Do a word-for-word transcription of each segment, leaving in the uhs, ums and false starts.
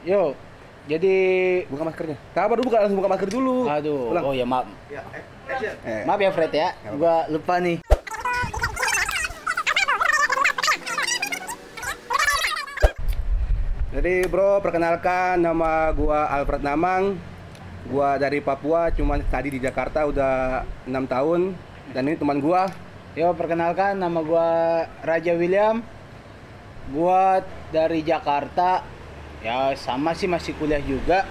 Yo, jadi Buka maskernya. Sabar dulu, buka langsung buka masker dulu. aduh, Ulang. oh ya maaf. Ya, action. Eh, Maaf ya Fred ya, Nggak gua lupa nih. Jadi bro, perkenalkan nama gua Alfred Namang. Gua dari Papua, cuman tadi di Jakarta udah enam tahun. Dan ini teman gua. Yo, perkenalkan nama gua Raja William. Gua dari Jakarta. Ya, sama sih masih kuliah juga.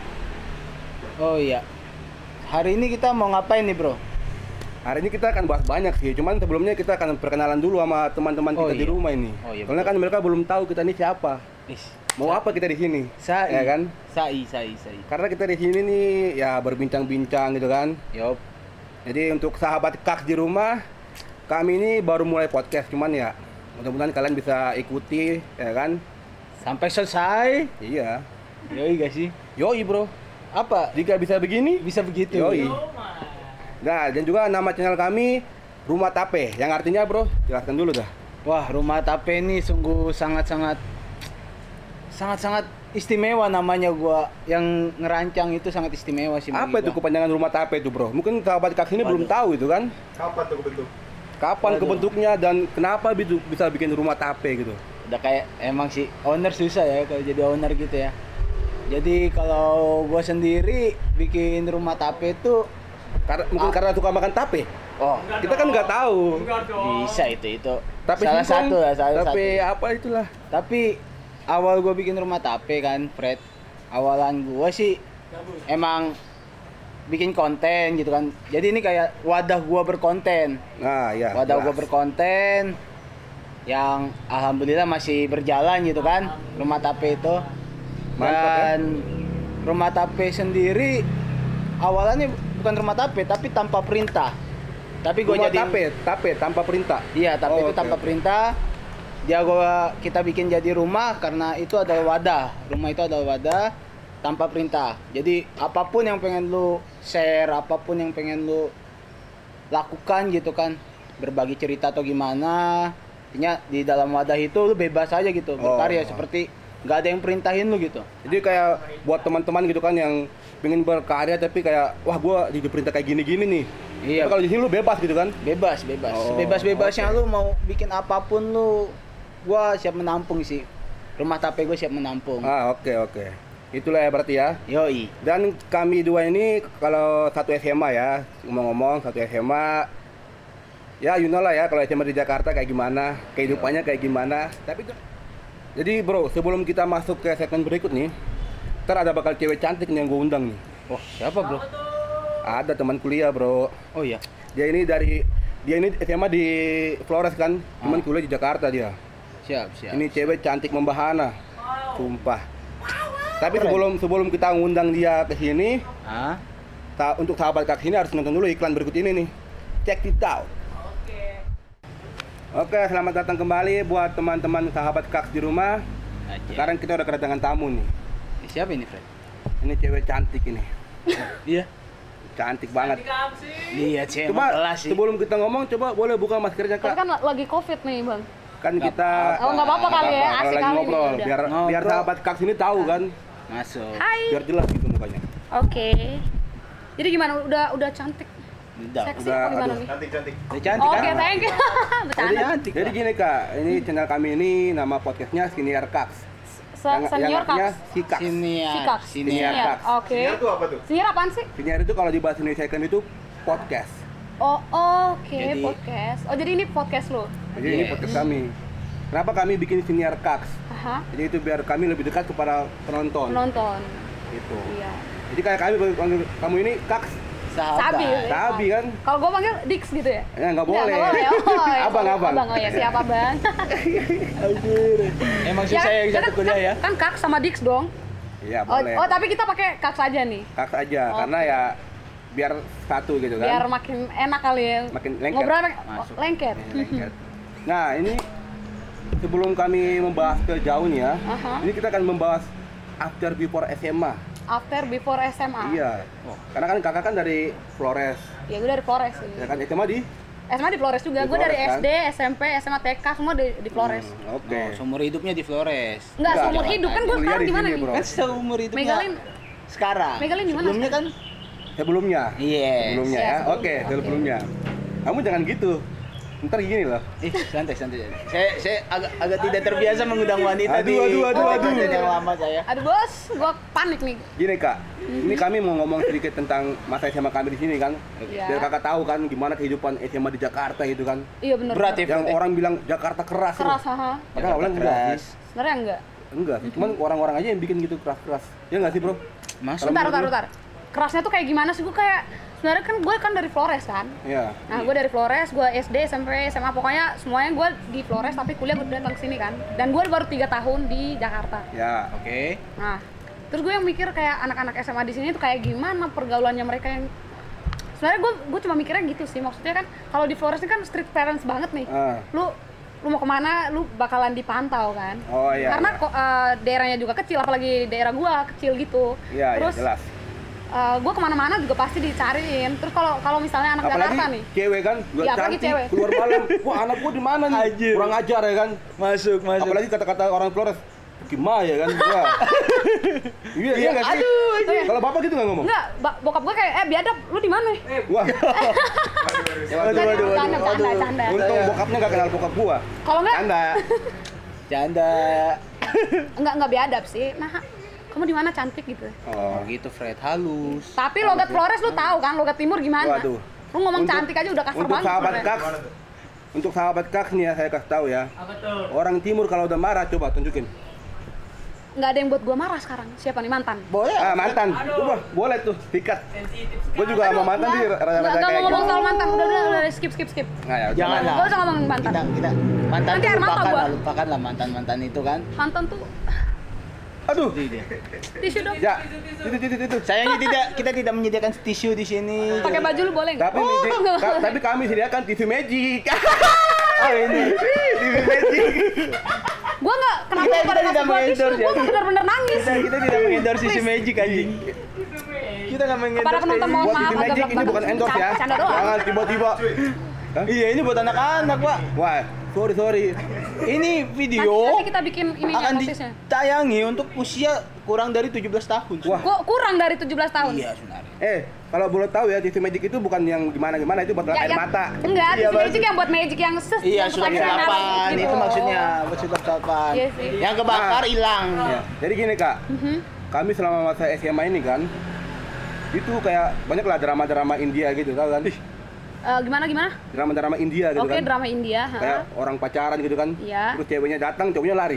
Oh iya. Hari ini kita mau ngapain nih, Bro? Hari ini kita akan bahas banyak sih, cuman sebelumnya kita akan perkenalan dulu sama teman-teman Oh, kita di iya. rumah ini. Oh, iya, Karena betul. kan mereka belum tahu kita ini siapa. Is. Mau apa kita di sini? Sai. Ya kan? Sai, sai, sai. Karena kita di sini nih ya berbincang-bincang gitu kan. Yo. Jadi untuk sahabat Kaks di rumah, kami ini baru mulai podcast, cuman ya mudah-mudahan kalian bisa ikuti, ya kan? Sampai selesai. Iya. Yoi gak sih? Yoi bro. Apa? Jika bisa begini, Bisa begitu. yoi. Nah, dan juga nama channel kami Rumah Tape, yang artinya bro, jelaskan dulu dah. Wah, Rumah Tape ini sungguh sangat-sangat sangat-sangat istimewa namanya. Gua yang ngerancang itu sangat istimewa sih. Apa bagi itu gua. kepanjangan Rumah Tape itu bro? Mungkin sahabat Kaks ini Waduh. belum tahu itu kan? Kapan tuh kebentuk? Kapan Waduh. kebentuknya dan kenapa bisu- bisa bikin Rumah Tape gitu? Udah kayak emang sih owner susah ya kalau jadi owner gitu ya. Jadi kalau gua sendiri bikin Rumah Tape itu Karena mungkin Ah. karena suka makan tape. oh, Kita kan nggak tahu. bisa itu itu. Tape salah singkong, satu lah, salah tape satu. apa itulah. Tapi awal gua bikin Rumah Tape kan, Fred. Awalan gua sih emang bikin konten gitu kan. Jadi ini kayak wadah gua berkonten. Nah, ya. Wadah jelas. gua berkonten yang alhamdulillah masih berjalan gitu kan, Rumah Tape itu. Mantap, ya. Dan Rumah Tape sendiri awalannya bukan Rumah Tape tapi tanpa perintah. Tapi gua Rumah jadi tape, tape tanpa perintah. Iya, tapi Oh, itu oke, tanpa oke. perintah. Dia gua kita bikin jadi rumah karena itu adalah wadah. Rumah itu adalah wadah tanpa perintah. Jadi apapun yang pengen lu share, apapun yang pengen lu lakukan gitu kan, berbagi cerita atau gimana, intinya di dalam wadah itu lu bebas aja gitu, berkarya Oh. seperti nggak ada yang perintahin lu gitu. Jadi kayak buat teman-teman gitu kan yang pengen berkarya tapi kayak wah gua diperintah kayak gini-gini nih. Iya. Tapi kalau di sini lu bebas gitu kan? Bebas, bebas. Oh, Bebas-bebasnya oke. lu mau bikin apapun lu, gua siap menampung sih. Rumah Tape gua siap menampung. Ah, oke oke. Itulah ya berarti ya. Yoi. Dan kami dua ini kalau satu S M A ya, ngomong-ngomong satu S M A. Ya, you know lah ya kalau S M A di Jakarta kayak gimana, kehidupannya kayak gimana. Tapi tuh jadi bro, sebelum kita masuk ke segmen berikut nih, ntar ada bakal cewek cantik nih yang gue undang nih. Oh, siapa, Bro? Ada teman kuliah bro. Oh iya. Dia ini dari dia ini S M A di Flores kan, cuman Ah. kuliah di Jakarta dia. Siap, siap. Ini cewek cantik membahana, sumpah. Tapi Keren. sebelum sebelum kita ngundang dia ke sini, Ah, ta- untuk sahabat Kaks ini harus nonton dulu iklan berikut ini nih. Check it out. Oke, selamat datang kembali buat teman-teman sahabat Kaks di rumah. aja. Sekarang kita udah kedatangan tamu nih. Eh, siapa ini, Fred? Ini cewek cantik ini, Dia. cantik banget. Lihat sih, Coba emang kelas sih. sebelum kita ngomong, coba boleh buka maskernya Tapi kak. kan lagi covid nih bang. Kan Nggak kita Oh nggak apa-apa kali ya, kalau asik lagi kali nih. ngobrol, Udah. biar Ngobrol. biar sahabat Kaks ini tahu kan, Masuk. Hai. biar jelas gitu mukanya. Oke. Jadi gimana? Udah udah cantik, Udah. seksi udah, apa gimana aduh. nih? Cantik-cantik. Udah cantik Oke, kan? thank you. Udah Bercanda. cantik. Jadi lah. gini kak, ini channel kami ini nama podcastnya Senior Kaks. Se- Senior artinya Kaks. si Kaks. Siniar. Si Kaks. Siniar. Siniar. Senior. Kaks. Oke. Senior tuh apa tuh? Senior apaan sih? Senior itu kalau di bahasa Indonesia kan itu podcast. Oh oke, Jadi- podcast. Oh jadi ini podcast lo? Jadi ini Yes. podcast kami. Kenapa kami bikin Senior Kaks? Aha. Jadi itu biar kami lebih dekat kepada penonton. Penonton. Gitu. Iya. Jadi kayak kami panggil kamu ini Kaks, Sahabat. Sabi. Sabi kan? Kalau gue panggil Dix gitu ya? Ya nggak Nggak, boleh. nggak boleh. Oh, ya. abang, abang. Abang, oh ya siapa bang? Emang susah ya kan- satu kan- kuliah ya? Kan Kaks sama Dix dong. Iya Oh, boleh. oh tapi kita pakai Kaks aja nih. Kaks aja, Oke. karena ya biar satu gitu kan. Biar makin enak kali ya. Makin lengket. Ngobrol pakai Masuk. oh, lengket. Ini lengket. Nah ini sebelum kami membahas ke jauh nih ya, Aha. ini kita akan membahas after before S M A. After before S M A. Iya. Oh. Karena kan kakak kan dari Flores, Ya gue dari Flores ini. ya kan S M A di S M A di Flores juga. Di Gue dari Flores, S D, S M P, S M A, T K semua di, di Flores. Hmm, Oke. Oh, seumur hidupnya di Flores. Enggak, Enggak, seumur enggak, hidup kan gue kuliah sekarang di di mana sini, nih? bro. Kan seumur hidupnya Megalin. sekarang. Megalin di mana Sebelumnya kan Sebelumnya. Yes. Sebelumnya Ya, ya. sebelum- Oke, oke. sebelumnya. Kamu jangan gitu. Ntar gini loh. Ih, santai santai. Saya saya agak agak tidak terbiasa mengundang wanita Aduh, di aduh, aduh, oh, aduh. badan yang lama saya. Aduh bos, gue panik nih. Gini kak, ini kami mau ngomong sedikit tentang masa S M A kami di sini kan, Iya. biar kakak tahu kan gimana kehidupan S M A di Jakarta itu kan. Iya bener. Berat ya. Yang orang bilang Jakarta keras, Keras, loh. haha. Padahal orang enggak keras. sih. Sebenarnya enggak. Enggak sih, cuman orang-orang aja yang bikin gitu keras-keras. Ya nggak sih bro? Masuk. Bentar, bentar, bentar. Kerasnya tuh kayak gimana sih? Gue kayak sebenarnya kan gue kan dari Flores kan. Iya. Nah, gue dari Flores, gue S D, S M P, S M A, pokoknya semuanya gue di Flores tapi kuliah gue datang sini kan. Dan gue baru tiga tahun di Jakarta. Ya. Oke. Nah, terus gue yang mikir kayak anak-anak S M A di sini tuh kayak gimana pergaulannya mereka yang sebenarnya gue gue cuma mikirnya gitu sih. Maksudnya kan kalau di Flores ini kan street parents banget nih. Ah. Lu lu mau kemana, lu bakalan dipantau kan. Oh iya. Karena iya. kok eh, daerahnya juga kecil, apalagi daerah gua kecil gitu. Iya, iya, Terus jelas. eh, gua kemana-mana juga pasti dicariin. Terus kalau kalau misalnya anak Apalagi Jakarta nih, cewek kan, udah Iya, apalagi cantik, cewek. keluar malam. Wah anak gua di mana nih? Anjir. Kurang ajar ya kan. Masuk, masuk. Apalagi kata-kata orang Flores, gimana ya kan? Wah. Iya, iya nggak sih? Aduh. Kalau bapak gitu nggak ngomong? enggak, ba- bokap gua kayak eh biadab, lu di mana? Wah. Waduh, waduh, waduh, Canda, waduh. canda, canda. Untung bokapnya nggak kenal bokap gua. Kalau enggak, Anda. Canda. enggak enggak biadab sih. Nah, kamu di mana cantik gitu. Oh, Oh. gitu Fred, halus. Tapi logat Flores lu tahu kan, logat timur gimana? Waduh. Lu ngomong Untuk- cantik aja udah kasar Untuk banget. sahabat sebenarnya. Kaks, untuk sahabat Kaks nih ya saya kasih tahu ya. Orang timur kalau udah marah coba tunjukin. Nggak ada yang buat gua marah sekarang. Siapa nih mantan? Boleh. Ah mantan, coba boleh tuh sikat. Gue juga sama mantan sih Nggak, rada-rada nggak kayak mau ngomong gitu. soal mantan. Udah, udah, udah, skip, skip, skip. Nah, ya, Jangan coba. lah. Nggak usah ngomongin mantan. Kita kita mantan Nanti air mata lupakan gua. lah, lupakan lah mantan-mantan itu kan. Mantan tuh Aduh. Jadi dia. tisu dong. Ya, itu itu itu. Sayangnya tidak kita tidak menyediakan tisu di sini. Pakai baju lu boleh nggak? Tapi Magic- nggak ka- boleh. tapi kami sediakan tisu magic. Oh ini. Tisu magic. Gua nggak kenapa Kita- lu pada kita tidak ngasih gua tisu? mengendorse ya. Gua bener-bener nangis. Kita, kita tidak mengendorse sisi Please. magic anjing. Kita nggak mengendorse. Para penonton kayak mohon Buat maaf tisu agak magic ini belak-belakan. bukan endorse ya. Canda doang. Jangan tiba-tiba. Hah? Iya, ini buat anak-anak, Pak. Wah, sorry sorry. Ini video Nanti, nanti kita bikin ini akan notisnya. ditayangi untuk usia kurang dari tujuh belas tahun. Wah. Gua kurang dari tujuh belas tahun. Iya, sebenarnya. Eh, kalau boleh tahu ya tisu magic itu bukan yang gimana-gimana, itu buat Ya, air ya. mata. Enggak, Iya, tisu magic bagus. yang buat magic yang ses. Iya, yang sulap pakai sulapan nanas gitu. itu maksudnya, buat sulap sulapan. Iya sih. Yang kebakar Nah. hilang. Ya, jadi gini kak, Mhm. kami selama masa S M A ini kan, itu kayak banyak lah drama-drama India gitu, tau kan? Eh, gimana gimana? Drama-drama India gitu Oke, kan. drama India. ha. Kayak orang pacaran gitu kan. Iya. Terus ceweknya datang, cowoknya lari.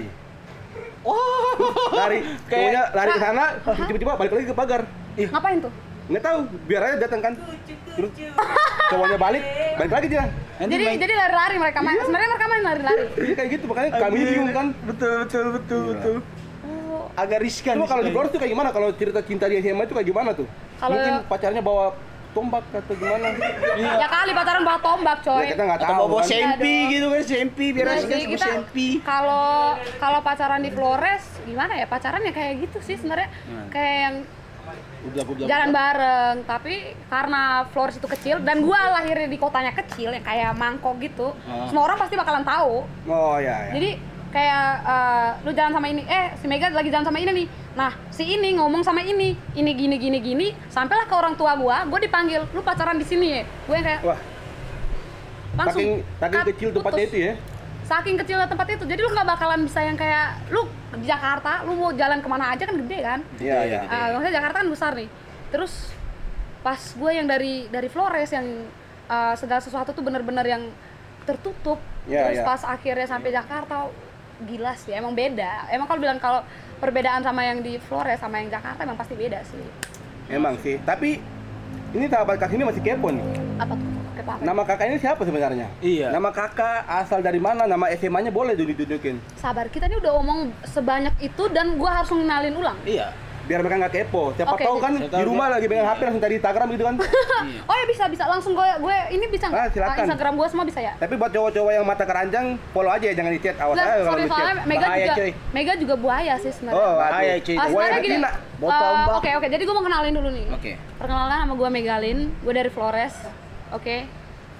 Oh. Lari, Kayak- cowoknya lari ke sana, tiba-tiba balik lagi ke pagar. Ih, Ngapain tuh? nggak tahu, biar aja datang kan. Terus cowoknya balik, balik lagi dia. Nanti Jadi main- jadi lari-lari mereka main. Sebenarnya mereka main lari-lari. Iya kayak gitu, makanya kami bingung kan. Betul, betul, betul, Gila. betul. Oh, Agak riskan. Cuma kalau di sih. Flores tuh kayak gimana? Kalau cerita cinta di S M A itu kayak gimana tuh? Kalau- Mungkin pacarnya bawa tombak atau gimana? ya kali pacaran bawa tombak, coy. Ya kita nggak atau tahu bawa kan. sempi Iya dong. gitu kan, sempi biar Iya asik sih, sama kita sempi. kalau kalau pacaran di Flores gimana ya, pacaran ya kayak gitu sih sebenarnya. Hmm. Kayak yang Udah, udah, jalan bareng, tapi karena Flores itu kecil dan gua lahirnya di kotanya kecil yang kayak mangkok gitu, Ah. semua orang pasti bakalan tahu. Oh ya, ya. Jadi kayak eh, lu jalan sama ini, eh si Mega lagi jalan sama ini nih. Nah, si ini ngomong sama ini, ini gini gini gini, sampailah ke orang tua gua, gua dipanggil, lu pacaran di sini ya. Gue yang kayak Wah, langsung saking saking cut, kecil tempatnya putus. itu ya. Saking kecilnya tempat itu, jadi lu nggak bakalan bisa yang kayak lu di Jakarta, lu mau jalan kemana aja kan gede kan. Iya, iya. Ah, maksudnya Jakarta kan besar nih. Terus pas gue yang dari dari Flores yang uh, segala sesuatu tuh bener-bener yang tertutup. Iya, Terus iya. pas akhirnya sampai Jakarta gila sih, emang beda. Emang kalau bilang kalau perbedaan sama yang di Flores sama yang Jakarta emang pasti beda sih. Emang sih. Tapi ini sahabat Kak ini masih kepo nih. Apa tuh? Kepo apa? Nama kakak ini siapa sebenarnya? Iya. Nama kakak asal dari mana? Nama S M A-nya boleh ditunjukin. Sabar, kita ini udah omong sebanyak itu dan gua harus ngenalin ulang. Iya. Biar mereka nggak kepo. Siapa Oke, tahu kan siapa tahu di rumah dia- lagi pegang H P langsung cari Instagram gitu kan. Iya. Oh ya bisa bisa langsung gue gue ini bisa nggak? Ah, silakan. Ah, Instagram gue semua bisa ya? Tapi buat cowok-cowok yang mata keranjang, follow aja ya, jangan di chat. Awas Nggak, aja kalau sorry di chat. soalnya Mega Bahaya, juga cuy. Mega juga buaya sih sebenarnya. Oh, Bahaya, aduh. cuy. Ah, Buaya sebenarnya gini. betina. Bawa eh, tombak. Oke oke, jadi gue mau kenalin dulu nih. Oke. Perkenalan nama gue Megalin, gue dari Flores. Oke.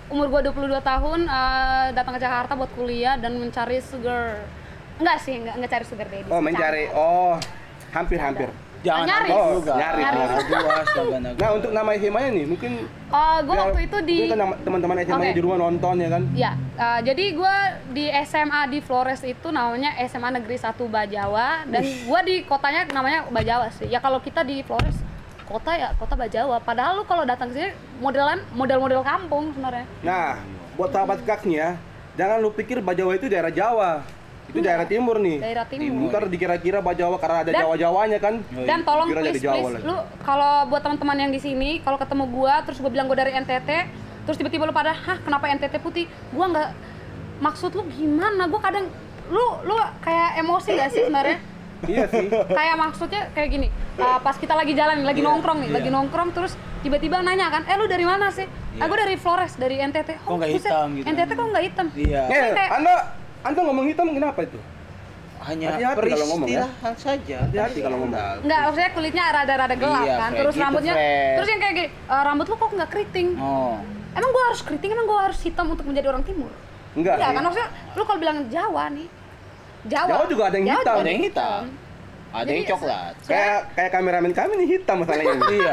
umur gue dua puluh dua tahun, uh, datang ke Jakarta buat kuliah dan mencari sugar. Enggak sih, enggak, enggak cari sugar daddy. Oh, mencari. Oh, hampir-hampir. Jangan Nyaris. ada Oh, juga. nyaris. Nyaris. Dua, astaga. Nah, untuk nama S M A-nya nih, mungkin Uh, gue biar- waktu itu di mungkin kan nama- teman-teman S M A-nya Oke. di rumah nonton ya kan? Ya, uh, jadi gue di S M A di Flores itu namanya S M A Negeri satu Bajawa dan gue di kotanya namanya Bajawa sih. Ya kalau kita di Flores kota ya kota Bajawa. Padahal lu kalau datang ke sini modelan model-model kampung sebenarnya. Nah, buat sahabat Kaks nih ya, jangan lu pikir Bajawa itu daerah Jawa. Itu daerah timur nih. Daerah timur. Ntar dikira-kira Bajawa karena ada Dan- Jawa-Jawanya kan. Dan tolong Kira please, dari Jawa please, lagi. lu kalau buat teman-teman yang di sini, kalau ketemu gua terus gua bilang gua dari N T T, terus tiba-tiba lu pada, "Hah, kenapa N T T putih?" Gua nggak maksud lu gimana? Gua kadang lu lu kayak emosi gak sih sebenarnya? Iya sih. Kayak maksudnya kayak gini, uh, pas kita lagi jalan, lagi Iya, nongkrong nih, iya. lagi nongkrong terus tiba-tiba nanya kan, "Eh, lu dari mana sih?" "Ah, Iya. gua dari Flores, dari N T T." Kok nggak buset, hitam gitu N T T kan? kok nggak hitam? Iya. Nih, kayak- Anda Anda ngomong hitam kenapa itu? Hanya Hati-hati kalau ngomong ya. peristilahan saja. Hati-hati kalau ngomong. Enggak, maksudnya kulitnya rada-rada gelap Iya, kan. Fred, Terus gitu, rambutnya Fred. terus yang kayak gini, "Eh, rambut lu kok nggak keriting?" Oh. Emang gua harus keriting, emang gua harus hitam untuk menjadi orang timur? Enggak. Enggak sih. kan, maksudnya lu kalau bilang Jawa nih, Jawa. Jawa juga ada yang hitam. juga Ada yang hitam. Ada yang Jadi, coklat. Kayak kayak kameramen kami nih hitam masalahnya. Iya.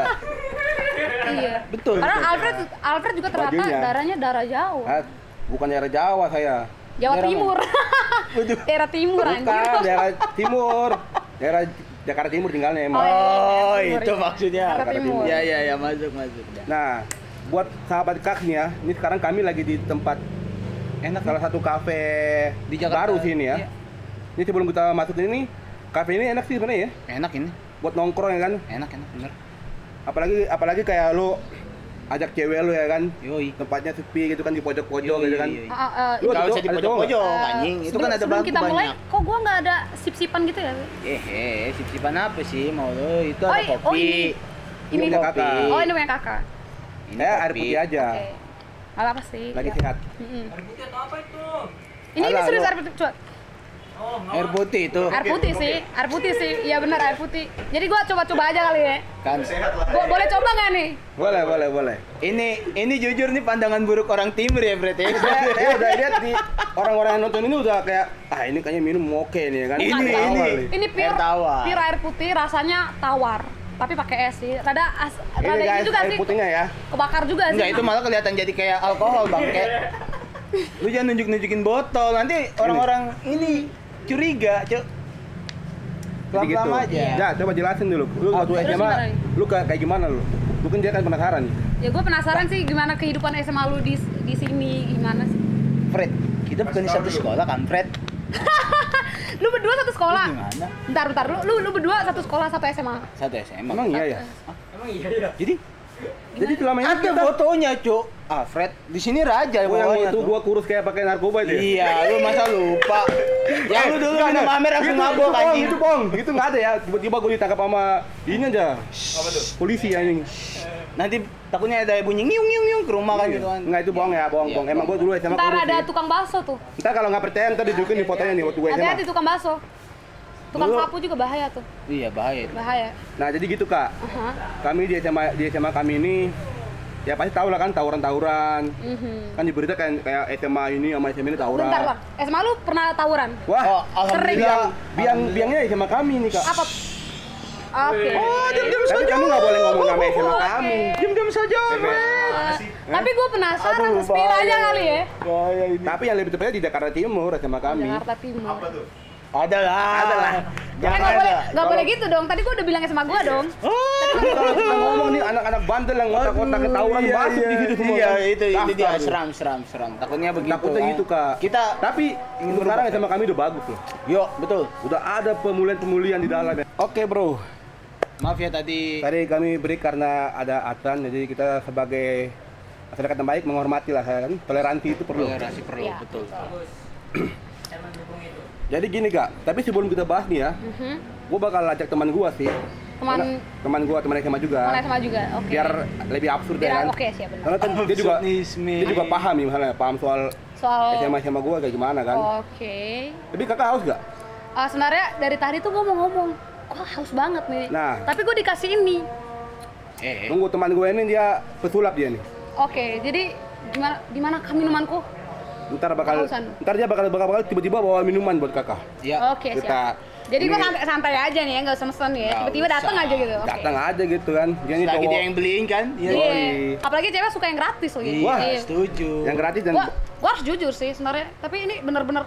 Iya. Betul. Karena Alfred Alfred juga ternyata Bajunya. darahnya darah Jawa. Ah, bukan daerah Jawa saya. Jawa daerah Timur. daerah Timur Bukan anjir. daerah timur. Daerah Jakarta Timur tinggalnya emang. Oh, iya. Oh, Timur, itu iya. maksudnya. Jakarta Timur. Iya, iya, ya, masuk, masuk. Ya. Nah, buat sahabat Kaks nih ya, ini sekarang kami lagi di tempat Enak salah satu kafe Di Jakarta. baru sini ya. Iya. Ini sebelum kita masuk ini, kafe ini enak sih sebenarnya ya. Enak ini. Buat nongkrong ya kan. Enak, enak bener. Apalagi apalagi kayak lu ajak cewek lu ya kan. Yoi. Tempatnya sepi gitu kan di pojok-pojok Yoi, gitu kan. yoi. Ah, ah, ah, Lu Enggak ada usah cowok- di ada cowok pojok-pojok, Eh, anjing. Itu sebelum- kan ada sebelum bangku kita mulai, banyak. kok gua nggak ada sip-sipan gitu ya? Eh, eh, sip-sipan apa sih mau lu? Itu Oh, ada i- kopi. oh, ini. Ini Ini punya kopi. kakak. Oh, ini punya kakak. Ini Eh, air kopi. putih aja. Oke. Nggak apa sih. Lagi ya. sehat. Mm-mm. Apa itu? Ini ini Alah, serius lu- air putih, coba. Air putih itu. Air putih sih, air putih sih. Iya benar air putih. Jadi gua coba-coba aja kali ya. Kan. Gua boleh coba nggak nih? Boleh, boleh, boleh. Ini ini jujur nih pandangan buruk orang timur ya, Fred ya. Saya, saya udah lihat di orang-orang yang nonton ini udah kayak ah ini kayaknya minum oke nih ya kan. Ini, Bukan, ini. Awal nih. Ini pure, Air tawar. pure air putih rasanya tawar. Tapi pakai es sih. Rada as, Ini rada guys, ini juga air sih. putihnya ya. Kebakar juga sih. Enggak, itu malah kelihatan jadi kayak alkohol, Bangke. Lu jangan nunjuk-nunjukin botol, nanti orang-orang ini curiga, Cuk. Jadi gitu. Pelan-pelan aja. Ya, coba jelasin dulu. Lu Ah, waktu terus S M A, gimana nih? lu kayak kayak gimana lu? Mungkin dia kan penasaran nih. Ya gue penasaran sih gimana kehidupan S M A lu di di sini gimana sih? Fred, kita bukan di satu sekolah kan, Fred? Lu berdua satu sekolah. Gimana? Bentar, bentar. Lu, lu lu berdua satu sekolah satu S M A. Satu S M A. Emang iya ya? Emang iya ya? Jadi Jadi selama ini ada kita fotonya, Cuk. Ah, Fred, di sini raja gua yang bawahnya itu tuh. gua kurus kayak pakai narkoba itu ya? Iya, lu masa lupa? Yang lu dulu Enggak, minum enggak. Amer langsung Itu- mabok itu bohong, anjing. Itu bohong, itu nggak ada ya. Tiba-tiba gua ditangkap sama ini aja. Apa tuh? Polisi anjing. Nanti takutnya ada bunyi ngiung ngiung ngiung ke rumah kan gitu kan. Enggak itu bohong ya, bohong, Iya, bohong. Emang gua dulu S M A Ntar kurus. ada sih. tukang bakso tuh. Ntar kalau nggak percaya ntar ditunjukin di fotonya nih waktu gua S M A. Hati-hati tukang bakso. Tukang Dulu- sapu juga bahaya tuh. Iya, bahaya. itu. Bahaya. Nah, jadi gitu, Kak. Aha. Kami di S M A di S M A kami ini ya pasti tahu lah kan tawuran-tawuran. Mhm. Kan di berita kayak kayak S M A ini sama S M A ini tawuran. Bentar bang, S M A lu pernah tawuran? Wah, Oh, biang, alhamdulillah. biang biangnya S M A kami nih, Kak. Apa? Oke. Oh, diam-diam Tapi saja. kamu nggak boleh ngomong nama S M A Oke. kami. Diam-diam saja, Fred. Ah, tapi gue penasaran, Aduh, spill aja bahaya. kali ya. Bahaya ini. Tapi yang lebih tepatnya di Jakarta Timur S M A kami. Jakarta Timur. Apa tuh? Ada lah. Ada lah. Eh, Jangan nggak boleh, ada. nggak boleh gitu dong. Tadi gue udah bilang S M A gue dong. Oh. Tapi kalau kita ngomong nih anak-anak bandel yang otak-otak ketahuan Iya, masuk iya, di situ semua. Iya, kan. itu itu Daftar dia tuh. seram seram seram. Takutnya begitu. Takutnya kan. gitu, Kak. Kita Tapi ingin untuk sekarang berubah. S M A kami udah bagus loh. yuk, betul. Udah ada pemulihan-pemulihan di dalam ya. Oke, Bro. Maaf ya tadi. Tadi kami break karena ada aturan, jadi kita sebagai masyarakat yang baik menghormati lah ya kan. Toleransi itu perlu. Toleransi perlu, Iya. betul. Jadi gini, Kak. Tapi sebelum kita bahas nih ya, Mhm. gua bakal ajak teman gua sih. Teman Teman gua, teman S M A juga. teman S M A juga. Oke. Biar lebih absurd ya Biar kan. oke siap benar. Karena kan dia juga Absurdisme. dia juga paham nih misalnya, paham soal Soal S M A S M A gua kayak gimana kan. Oke. Tapi Kakak haus gak? Ah, sebenarnya dari tadi tuh gue mau ngomong, kok haus banget nih. Nah. Tapi gue dikasih ini. Eh, Tunggu teman gue ini dia pesulap dia nih. Oke, jadi gimana di mana kah minumanku? Ntar bakal, Kehausan. ntar dia bakal bakal, bakal tiba-tiba bawa minuman buat kakak. Ya. Oke, Kita siap. Jadi gua ini- santai, santai aja nih ya, nggak usah mesen ya. Nggak Tiba-tiba datang usah. aja gitu. Oke. datang aja gitu kan. Dia ini Lagi cowok dia yang beliin kan? Iya. Iya. Yoi. Apalagi cewek suka yang gratis loh gitu. Wah, Iya, setuju. yang gratis dan Gua, gua harus jujur sih sebenarnya. Tapi ini bener-bener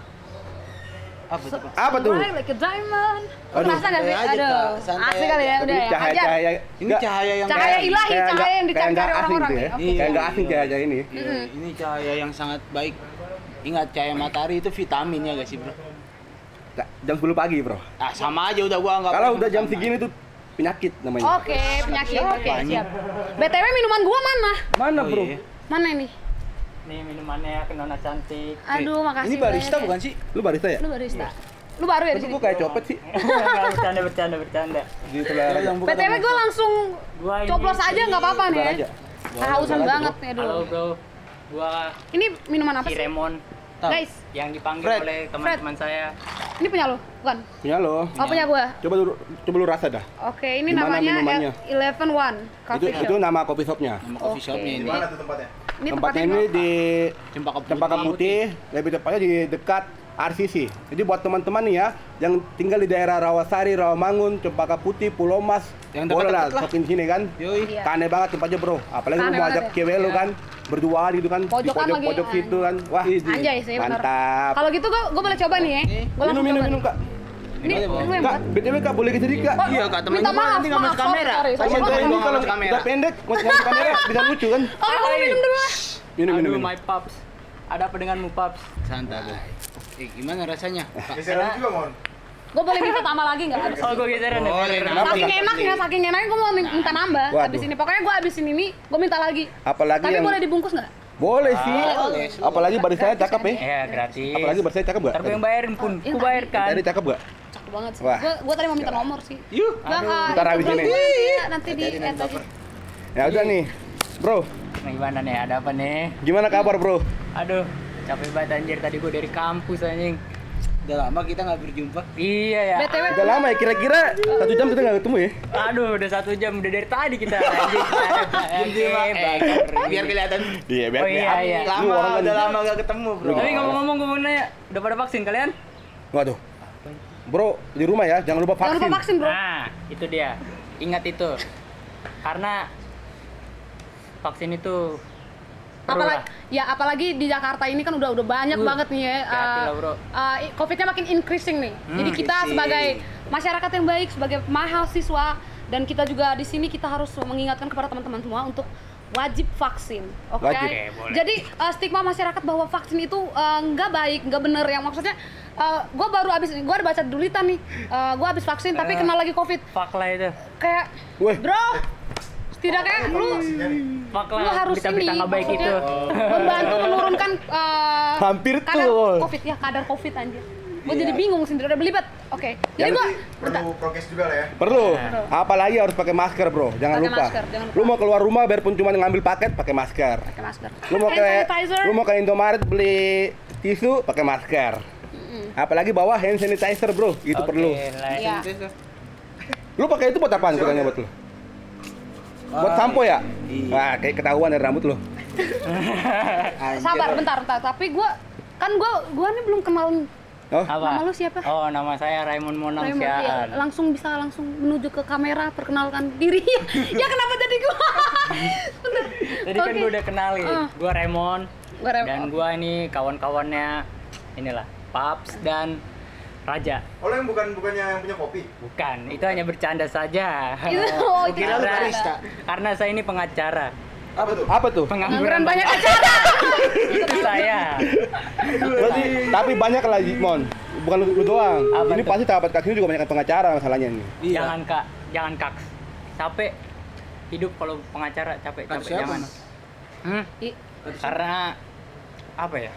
Apa tuh, Pak? apa tuh? shine like a diamond. Lu Aduh. Kerasa nggak sih? Santai aja, Aduh, Kak. Santai asik kali ya. aja. Udah Ini ya, cahaya ajar. cahaya Ini cahaya yang Cahaya kayak- ilahi, kayak cahaya nggak- yang kayak dicari nggak asing orang-orang tuh ya. ya. Oke. Kayak nggak Iya, asing iya. cahaya ini. Iya, ini cahaya yang sangat baik. Ingat cahaya matahari itu vitamin ya guys sih, Bro. Nggak, jam sepuluh pagi, Bro. Ah, sama aja udah gua anggap. Kalau udah jam sama. segini tuh penyakit namanya. Oke, penyakit. Siapa Oke, ini? siap. B T W minuman gua mana? Mana, Oh, Bro? iya. Mana ini? Nih minumannya ke Nona cantik. Aduh, makasih. Ini barista banyak ya. bukan sih? Lu barista ya? Lu barista. Lu baru ya di Tapi sini? gua kayak copet sih. Enggak bercanda bercanda bercanda. Gitu lah. Yang B bukan T W sama- gue langsung Gua ini coplos aja nggak apa-apa nih Sebar ya. aja. Kehausan Sebar aja, banget nih Halo dulu. bro, gua Ini minuman apa si sih? Remon Tahu. Guys, yang dipanggil Fred. oleh teman-teman saya. ini punya lo? Bukan? Punya lo. Oh, punya gua. Coba lu coba lu rasa dah. Oke, ini Gimana namanya minumannya? Eleven One Itu Coffee itu Shop. nama coffee shopnya. Nama coffee Oke. shopnya ini. Di mana tuh tempatnya? Ini Tempatnya tempatnya ini di Cempaka Putih. Cempaka Putih, lebih tepatnya di dekat R C C. Jadi buat teman-teman nih ya, yang tinggal di daerah Rawasari, Rawamangun, Cempaka Putih, Pulau Mas, Yang boleh lah, dekat-dekat lah. shopping sini kan. Yoi. Iya. Aneh banget tempatnya bro, apalagi lu Aneh mau banget ajak ya. cewek lu Iya. kan, berduaan gitu kan, di Pojokan lagi. pojok-pojok situ kan. Wah, Anjay sih benar. mantap. Kalau gitu gua gua boleh coba nih ya. Oke. Gua Minum, langsung minum, coba minum nih. kak. Ini Boleh, boleh. lu yang Kak, buat? B T W kak boleh ke sini kak. Oh, Iya, Kak, temen minta gua maaf, nanti nggak maaf, masuk kamera. sorry, sorry. Temen Temen gue gua ini nggak kalau masuk kamera. udah pendek, mau ngasih kamera bisa lucu kan. Oh, kamu minum dulu lah. Minum, minum, Aduh minum. my pups. Ada apa denganmu pups? Santai. Eh, gimana rasanya? Pak? Gua boleh minta tambah lagi nggak? Abis Oh, gua geseran ya. Boleh, bener. nah. Saking Kenapa? enaknya, saking enaknya gue mau min- minta nambah Waduh. abis ini. Pokoknya gue abisin ini, gue minta lagi. Apalagi Tapi yang boleh dibungkus nggak? boleh sih. Boleh. Apalagi barisanya cakep ya. Iya, gratis. Apalagi barisanya cakep gak? Ntar gua yang bayarin pun, Iya, ku bayarkan. Tadi cakep gak? Cakep banget sih. Wah. Gue gue tadi mau minta nomor sih. Yuk. Nggak, Aduh. Kak, Ntar habis Instagram ini. gua nanti ya, nanti di Hati-hati, add nanti aja. Ya udah nih, bro. Nah, gimana nih? Ada apa nih? Gimana kabar bro? Aduh, capek banget anjir tadi gua dari kampus anjing. Udah lama kita nggak berjumpa. Iya ya. B T W Udah lama ya, kira-kira satu jam kita nggak ketemu ya? Aduh, udah satu jam udah dari tadi kita anjing. Anjing, Eh, bakar. biar kelihatan Iya, biar Oh, iya, iya. Lu lama, orang kan- udah lama gak ketemu, Bro. Tapi ngomong-ngomong gua mau nanya, udah pada vaksin kalian? Waduh. Bro, di rumah ya, jangan lupa Jangan vaksin. lupa vaksin bro. Nah, itu dia. Ingat itu. Karena vaksin itu perlu Apalagi, lah. ya apalagi di Jakarta ini kan udah udah banyak Uh, banget nih ya. hati-hati lah, bro. uh, i- Covid-nya makin increasing nih. Jadi kita increasing. sebagai masyarakat yang baik, sebagai mahasiswa dan kita juga di sini kita harus mengingatkan kepada teman-teman semua untuk wajib vaksin, oke? Wajib. Oke, boleh. Jadi uh, stigma masyarakat bahwa vaksin itu uh, nggak baik, nggak bener, yang maksudnya uh, gue baru abis, gue ada baca dulitan nih, uh, gue abis vaksin tapi Eh. kena lagi covid, Fuck lah itu. kayak Weh. bro, setidaknya lu Fuck lu lah harus berita-berita ini nggak baik maksudnya itu. membantu menurunkan uh, Hampir kadar tuh. covid ya, kadar covid anjir. Gue Iya. jadi bingung sendiri, udah belibet. Oke, jadi Yang gue perlu prokes juga lah ya. Perlu. Perlu. Apalagi harus pakai masker, bro. Jangan Pakai lupa. masker, jangan lupa. Lu mau keluar rumah biarpun cuma ngambil paket, pakai masker. pakai masker. Lu mau Hand ke sanitizer. lu mau ke Indomaret beli tisu, pakai masker. Apalagi bawa hand sanitizer, bro. Itu Oke, perlu. lah. Iya. Lu pakai itu buat apaan kutanya buat lu? Buat sampo ya? Iya. Wah, kayak ketahuan dari rambut lu. Anjir. Sabar bentar, bentar. Tapi gue kan gue gue nih belum kenal Oh, Apa? Nama lu siapa? Oh, nama saya Raymond Monang Raymond, iya. Siaan. Langsung bisa langsung menuju ke kamera perkenalkan diri. Ya kenapa jadi gue? Bentar. Tadi kan Oke. gue udah kenalin. Ah. Gua Raymond. Gua Raymond. Dan gua ini kawan-kawannya inilah Paps dan Raja. Oh, lo yang bukan bukannya yang punya kopi? Bukan, itu hanya bercanda saja. Itu oh, Gua kira lu karena, barista. karena saya ini pengacara. Apa tuh? apa tuh? Pengangguran banyak acara. Itu saya. Berarti tapi banyak lagi, Mon. Bukan lu, lu doang. Apa Ini tuh? pasti sahabat kasih juga banyak pengacara masalahnya nih. Iya. Jangan kak, jangan kaks. Capek hidup kalau pengacara capek Kata capek siapa, jangan. Mas? Hmm? I- Karena apa ya?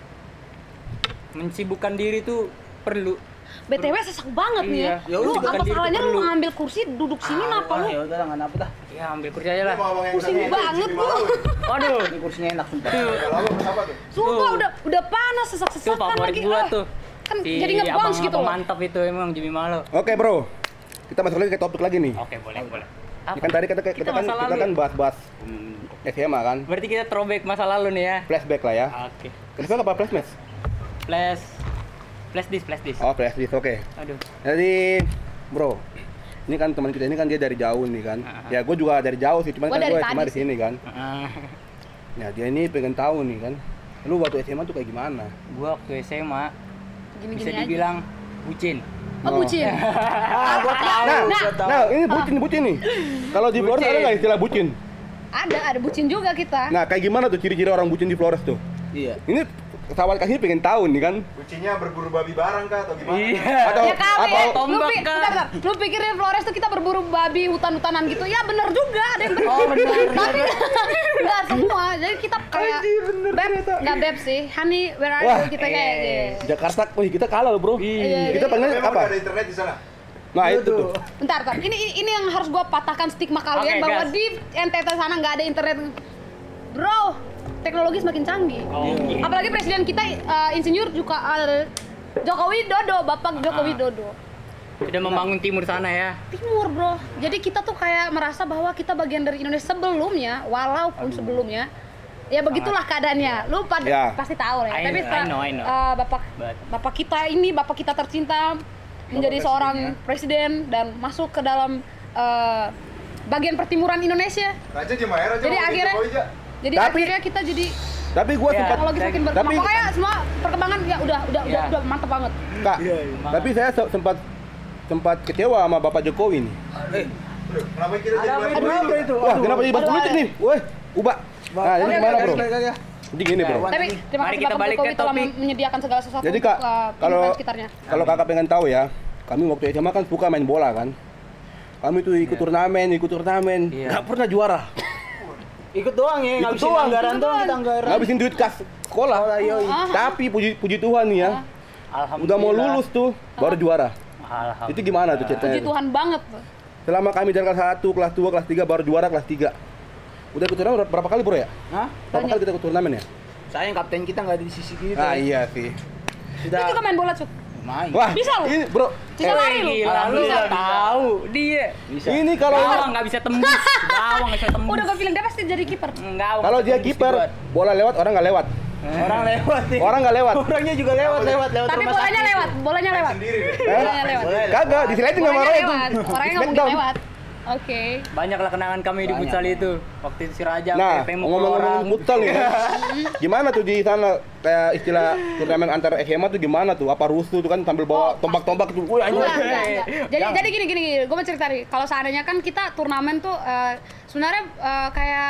Mensibukkan diri tuh perlu. B T W sesak banget nih ya. Iya. Ya Lu udah, apa bukan diri salahnya lu perlu. ngambil kursi duduk sini napa lu? Ya udah lah, nggak apa dah. Ya ambil kursi aja lah. Mau ngomong yang Pusing satu ini, banget Jimmy gua. Malau. Waduh, Ini kursinya enak sumpah. tuh, Kalau lo apa tuh? Sumpah Tuh. udah udah panas tuh sesak-sesakan favorit lagi. gua ah. tuh. Kan Si jadi nge-bounce gitu abang-abang loh. mantap itu emang Jimmy Malo. Oke, Bro. Kita masuk lagi ke topik lagi nih. Oke, boleh, boleh. Ini kan tadi kita kita, Kita kan masa kita lalu kan ya? bahas-bahas S M A kan. Berarti kita throwback masa lalu nih ya. Flashback lah ya. Oke. Flashback apa flashback? Flash flash disk, flash disk. Oh, flashback. Oke. Aduh. Jadi, bro, ini kan teman kita ini kan dia dari jauh nih kan. Ah. Ya gue juga dari jauh sih, cuman Gua kan dari gue tadi cuma di sih. sini kan. Ah, Ya dia ini pengen tahu nih kan. Lu waktu S M A tuh kayak gimana? gua waktu S M A Gini-gini bisa aja. dibilang bucin. Oh, bucin. Ah, gua tahu, Nah, gua tahu. nah ini bucin bucin nih. Kalau di Flores Bucin. ada nggak istilah bucin? Ada, ada bucin juga kita. Nah, kayak gimana tuh ciri-ciri orang bucin di Flores tuh? Iya. Ini sahabat kasih pengen tahu nih kan. Bucinnya berburu babi barang kah atau gimana? Iya. Atau Ya kali, atau lu, tombak, pi- kan? bentar, bentar. Lu pikir di Flores tuh kita berburu babi hutan-hutanan gitu? Ya bener juga, ada yang bener. Oh, bener, Tapi nggak semua, jadi kita kayak beb, nggak beb sih. Honey, where are Wah, you? Kita kayak eh. gitu. Jakarta, wih kita kalah loh bro. Iya, Kita jadi- panggilnya Memang apa? nggak ada internet di sana. Nah itu tuh. Bentar, bentar. Ini ini ini yang harus gua patahkan stigma kalian Oke, bahwa gas. di N T T sana nggak ada internet. Bro, teknologi semakin canggih. Oh, gitu. Apalagi presiden kita eh, insinyur juga eh, Joko Widodo, Bapak Joko Ah. Widodo. Sudah membangun timur sana ya. Timur, bro. Jadi kita tuh kayak merasa bahwa kita bagian dari Indonesia sebelumnya, walaupun sebelumnya ya begitulah keadaannya. Lu pada Ya. pasti tahu lah ya. I Tapi know, setelah I know, I know. eh, bapak But- bapak kita ini, bapak kita tercinta menjadi presiden, seorang ya. presiden dan masuk ke dalam eh, bagian pertimuran Indonesia. Raja gimana ya? Raja Jadi ngomongin akhirnya- Jokowi, Ja. Jadi Tapi- akhirnya kita jadi Tapi gua Ya. sempat teknologi semakin berkembang. tapi- Pokoknya semua perkembangan ya udah udah udah, Ya. udah mantep banget. Kak, Iya, iya. tapi saya se- sempat sempat kecewa sama Bapak Jokowi nih. Eh, Aduh, kenapa kita jadi ada bahas apa politik? itu? Wah, Aduh. kenapa jadi bahas aduh, politik aduh. nih? Woi, ubah. Nah, jadi Oke, gimana oke, bro? Oke, oke. Jadi gini bro. Wah, Tapi ini. terima Mari kasih kita Bapak balik Jokowi ke telah topik. menyediakan segala sesuatu Jadi untuk kak, uh, kalau lingkungan sekitarnya. kalau kakak pengen tahu ya, kami waktu S M A kan suka main bola kan. Kami tuh ikut Iya. turnamen, ikut turnamen, Iya. nggak pernah juara. Ikut doang ya, Ikut ngabisin doang. anggaran Ikut doang doang. kita anggaran. Ngabisin duit kas sekolah. Oh, iya, iya. Ah. Tapi puji puji Tuhan nih ya, Alhamdulillah. udah mau lulus tuh baru juara. Alhamdulillah. Itu gimana tuh ceritanya? Puji tuh? Tuhan banget tuh. Selama kami dari kelas satu, kelas dua, kelas tiga baru juara kelas tiga. Udah ikut turnamen berapa kali bro ya? Hah? Berapa Banyak. kali kita ikut turnamen ya? Sayang kapten kita nggak ada di sisi kita. Ah iya sih. Lu Sudah juga main bola, Cuk. main. Wah, Bisa lu? ini bro. Bisa eh, lari lu. Gila, lu Alhamdulillah, nggak tahu dia. Bisa. Ini kalau Gawang nggak bisa tembus. Gawang nggak bisa tembus. Udah gue bilang dia pasti jadi kiper. Gawang kalau nggak dia bisa tembus kiper, dibuat. bola lewat orang nggak lewat. Orang lewat nih. Orang nggak lewat. Orangnya juga lewat, lewat, lewat Tapi rumah bolanya sakit. lewat, bolanya lewat. Sendiri deh. Eh? Bolanya lewat. Boleh. Kagak, diseletin sama Bolanya orang itu. lewat. Orangnya nggak mungkin Smackdown. lewat. Oke. Banyak lah kenangan kami di Banyak. futsal itu. Waktu itu si Raja Nah, sampai mukul ngomong-ngomong orang. futsal nih, ya. Gimana tuh di sana kayak istilah turnamen antar S M A tuh gimana tuh? Apa rusuh tuh kan sambil bawa Oh, tombak-tombak tuh. Wih anjir. Enggak, enggak, enggak. Jadi Jangan. jadi gini gini gini, gue mau cerita nih. Kalau seandainya kan kita turnamen tuh eh, sebenarnya eh, kayak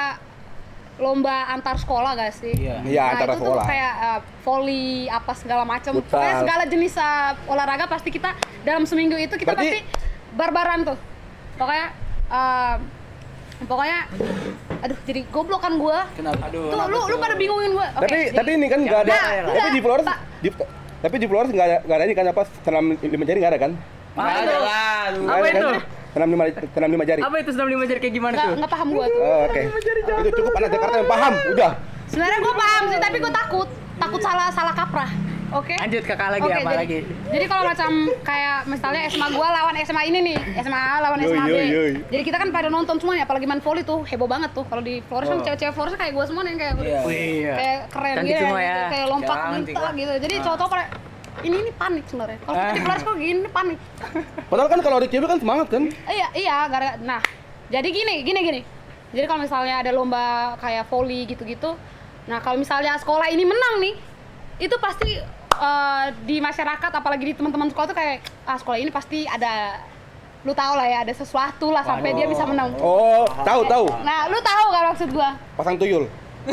lomba antar sekolah gak sih? Iya. Iya, nah, antara itu sekolah. tuh kayak eh, volley apa segala macam. Futsal. Pokoknya segala jenis eh, olahraga pasti kita dalam seminggu itu kita Berarti- pasti barbaran tuh. Pokoknya eh, pokoknya aduh jadi goblok kan gua. Kenapa? Aduh. Tuh lu lu pada bingungin gua. Oke, Tapi jadi- tapi ini kan nggak ada. Nah, Tapi enggak, di Flores Pak. di, tapi di Flores nggak ada nggak ada ini kan apa senam lima jari nggak ada kan? Nggak ada lah. lu. Nggak Apa ada itu? kan? Senam lima senam lima jari. Apa itu senam lima jari kayak gimana Nggak, tuh? nggak paham gua tuh. Oh, oke. Itu cukup anak Jakarta yang paham. Udah. Sebenarnya gua paham sih, tapi gua takut. Takut salah salah kaprah. Oke. Lanjut kakak lagi Oke, apa jadi, lagi? Jadi kalau macam kayak misalnya S M A gua lawan S M A ini nih, S M A A lawan Yoi, S M A B. yoi, yoi. Jadi kita kan pada nonton semuanya, apalagi main volley tuh heboh banget tuh. Kalau di Flores kan Oh. cewek-cewek Flores kayak gua semua nih kayak Iya. Wih, kayak keren Cantik gitu, semua gitu, ya. kayak lompat Cantik minta lah. gitu. Jadi cowok-cowok pada ini ini panik sebenarnya. Kalau kita di Flores kok gini ini panik. Padahal kan kalau ada cewek kan semangat kan? Iya, iya, gara nah. Jadi gini, gini gini. Jadi kalau misalnya ada lomba kayak volley gitu-gitu. Nah, kalau misalnya sekolah ini menang nih, itu pasti eh, di masyarakat apalagi di teman-teman sekolah tuh kayak ah sekolah ini pasti ada lu tahu lah ya, ada sesuatu lah sampai dia bisa menang. Oh, tahu tahu. Nah, lu tahu kan maksud gua? Pasang tuyul.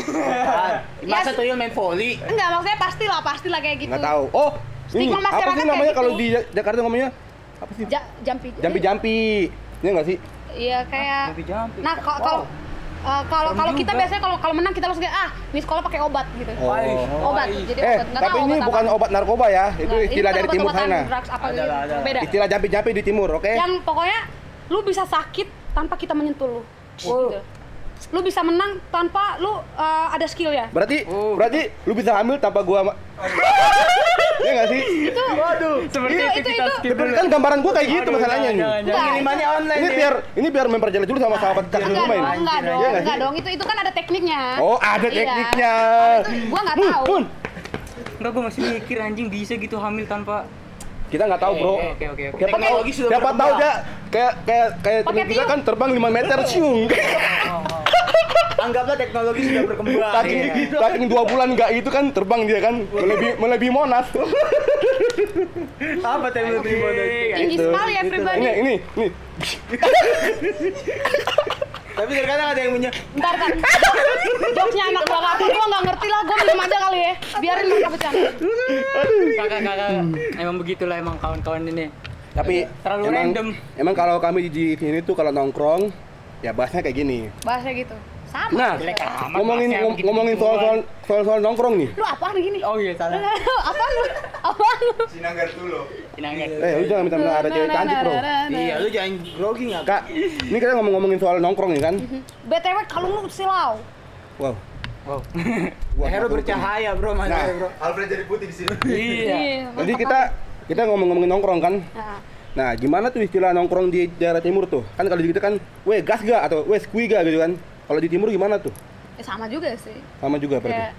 Masa tuh main volley? Enggak, maksudnya pastilah, pastilah kayak gitu. Nggak tahu. Oh, ini Stigma apa masyarakat sih kayak namanya gitu. kalau di Ja- Jakarta ngomongnya? Apa sih? Ja, jampi. Jampi-jampi. Ini enggak sih? Iya, kayak Jampi-jampi. Nah, kalau kalau eh, kalau kalau kita biasanya kalau kalau menang kita langsung kayak ah, di sekolah pakai obat gitu. Oh. Obat. Jadi Eh, obat. Nggak tapi tahu ini obat bukan apa. obat narkoba ya. Itu Nah, ini istilah bukan dari timur obat-obatan sana. drugs apa Ada gitu. lah, ada lah. Beda. Istilah jampi-jampi di timur, oke? Yang pokoknya lu bisa sakit tanpa kita menyentuh lu. Gitu. Lu bisa menang tanpa lu uh, ada skill ya. Berarti Oh. berarti lu bisa hamil tanpa gua ma- Iya nggak sih? Itu Waduh. Seperti Itu- itu, itu- kita itu- skip dulu. Kan gambaran gua kayak gitu Aduh, masalahnya jangan, nih. jangan, Enggak. Kirimannya online Ini ya. biar ini biar memperjelas dulu sama sahabat kakak di enggak rumah dong, ini. enggak Anjir, dong, iya nggak enggak sih? dong. Itu itu kan ada tekniknya. Oh, ada Iya. tekniknya. Kalau itu gua nggak Mun, tahu. Mun. Enggak, gue masih mikir anjing bisa gitu hamil tanpa. Kita nggak tahu, Bro. Oke, oke, oke, oke. Siapa tahu, Teknologi sudah siapa tahu berkembang. aja kayak kayak kayak Pakai temen kita tiup. kan terbang lima meter ciung. Anggaplah teknologi sudah berkembang. Saking Iya. saking dua bulan nggak itu kan terbang dia kan melebihi melebihi Monas. Apa teknologi modal? Tinggi Itu, sekali itu. everybody. Ini ini ini. Tapi terkadang ada yang punya. Bentar kan. Jokesnya anak gua apa? Gua nggak ngerti lah. Gua minum aja kali ya. Biarin mereka bercanda. Kakak, kakak. Emang begitulah emang kawan-kawan ini. Tapi Terlalu emang, random. Emang kalau kami di sini tuh kalau nongkrong ya bahasnya kayak gini. Bahasa gitu. Sama. Nah, Jelek amat ngomongin bahasanya ngom- begitu-begituan. ngomongin soal soal soal soal nongkrong nih. Lu apaan gini? Oh iya, salah. Apaan lu? Apaan lu? Sinanggar dulu. Inangnya. Eh, lu jangan minta-minta ada cewek cantik, Bro. Iya, lu jangan grogi nggak? Kak, ini kita ngomong-ngomongin soal nongkrong nih kan. B T W kalau lu silau. Wow. Wow. Gua Heru masuk. bercahaya, Bro, Nah. mana bro? Alfred jadi putih di sini. Iya. Jadi kita kita ngomong-ngomongin nongkrong kan. Nah, Nah, gimana tuh istilah nongkrong di daerah timur tuh? Kan kalau di kita kan, weh gas ga atau weh skui ga gitu kan. Kalau di timur gimana tuh? ya sama juga sih. Sama juga berarti. Kayak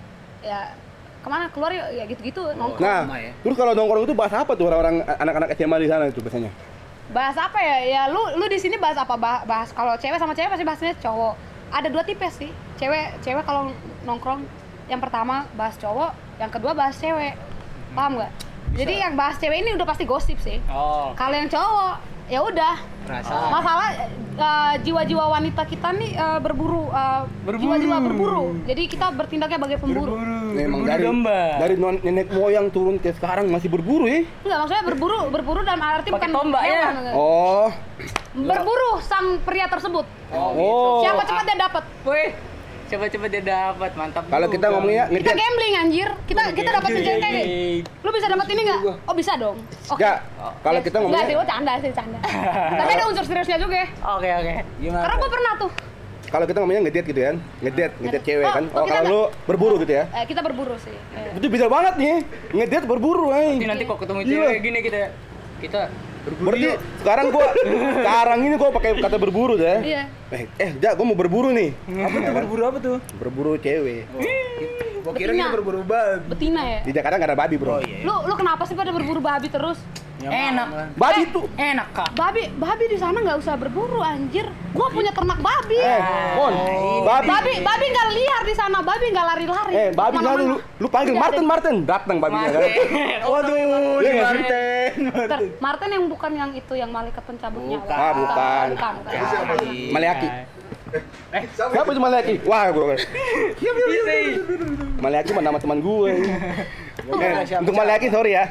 ya kemana keluar ya, ya gitu-gitu nongkrong. Nah, sama ya. terus kalau nongkrong itu bahas apa tuh orang-orang anak-anak S M A di sana itu biasanya? Bahas apa ya? Ya lu lu di sini bahas apa? Bah- Bahas kalau cewek sama cewek pasti bahasnya cowok. Ada dua tipe sih. Cewek cewek kalau nongkrong yang pertama bahas cowok, yang kedua bahas cewek. Paham nggak? Jadi yang bahas cewek ini udah pasti gosip sih. Oh. Kalau yang cowok ya udah. Rasa. Masalah eh, jiwa-jiwa wanita kita nih eh, berburu, eh, Berburu. jiwa-jiwa berburu. Jadi kita bertindaknya bagai pemburu. Memang Berburu dari domba. dari non- nenek moyang turun ke sekarang masih berburu ya? Enggak, maksudnya berburu, berburu dalam arti Pakai bukan tombak ya? hewan. Oh. Berburu sang pria tersebut. Oh. Siapa cepat dia dapat. Woi, coba-coba dia dapat, mantap. Kalau kita juga. ngomongnya Kita ngejek. gambling anjir. Kita kita dapat Gambling. tujuan kayak gini. Lu bisa dapat ini enggak? Oh, bisa dong. Oke. Enggak. Kalau Yes. kita Enggak sih, ngomongnya gua canda sih, canda. Tapi ada unsur seriusnya juga ya. Oke, oke. Gimana? Karena gua pernah tuh. kalau kita ngomongnya ngedate gitu kan. Ngedate, ngedate cewek Oh, kan. oh, Oh, kita kalau lu berburu gitu ya. Eh, kita berburu sih. Eh. Itu bisa banget nih. Ngedate berburu, eh. Nanti nanti kok ketemu Iya. cewek gini kita kita Berarti sekarang gua sekarang ini gua pakai kata berburu deh. Iya. Eh, eh, Jak, gua mau berburu nih. Apa tuh berburu apa tuh? Berburu cewek. Gua kira Betina. kita berburu babi. Betina ya. Di Jakarta nggak ada babi, Bro. Oh iya. Lu lu kenapa sih pada berburu babi terus? Ya, Enak. malam. Babi Eh. tuh. enak kak. Babi babi di sana nggak usah berburu anjir. Gua punya ternak babi. Eh, Mon, babi. Babi babi nggak liar di sana, babi nggak lari-lari. Eh, babi Kemana-mana. sana lu, lu panggil Udah Martin, ada. Martin, datang babinya kan. Waduh, Iya di nggak sih? Martin. Bentar, Martin yang bukan yang itu yang malaikat pencabut nyawa. Ah, bukan. Bukan, bukan. Maleaki. Eh, Siapa itu Maleaki? Wah, gua. bisa. Maleaki mah nama teman gue. Eh, siapa- untuk Maleaki sorry ya.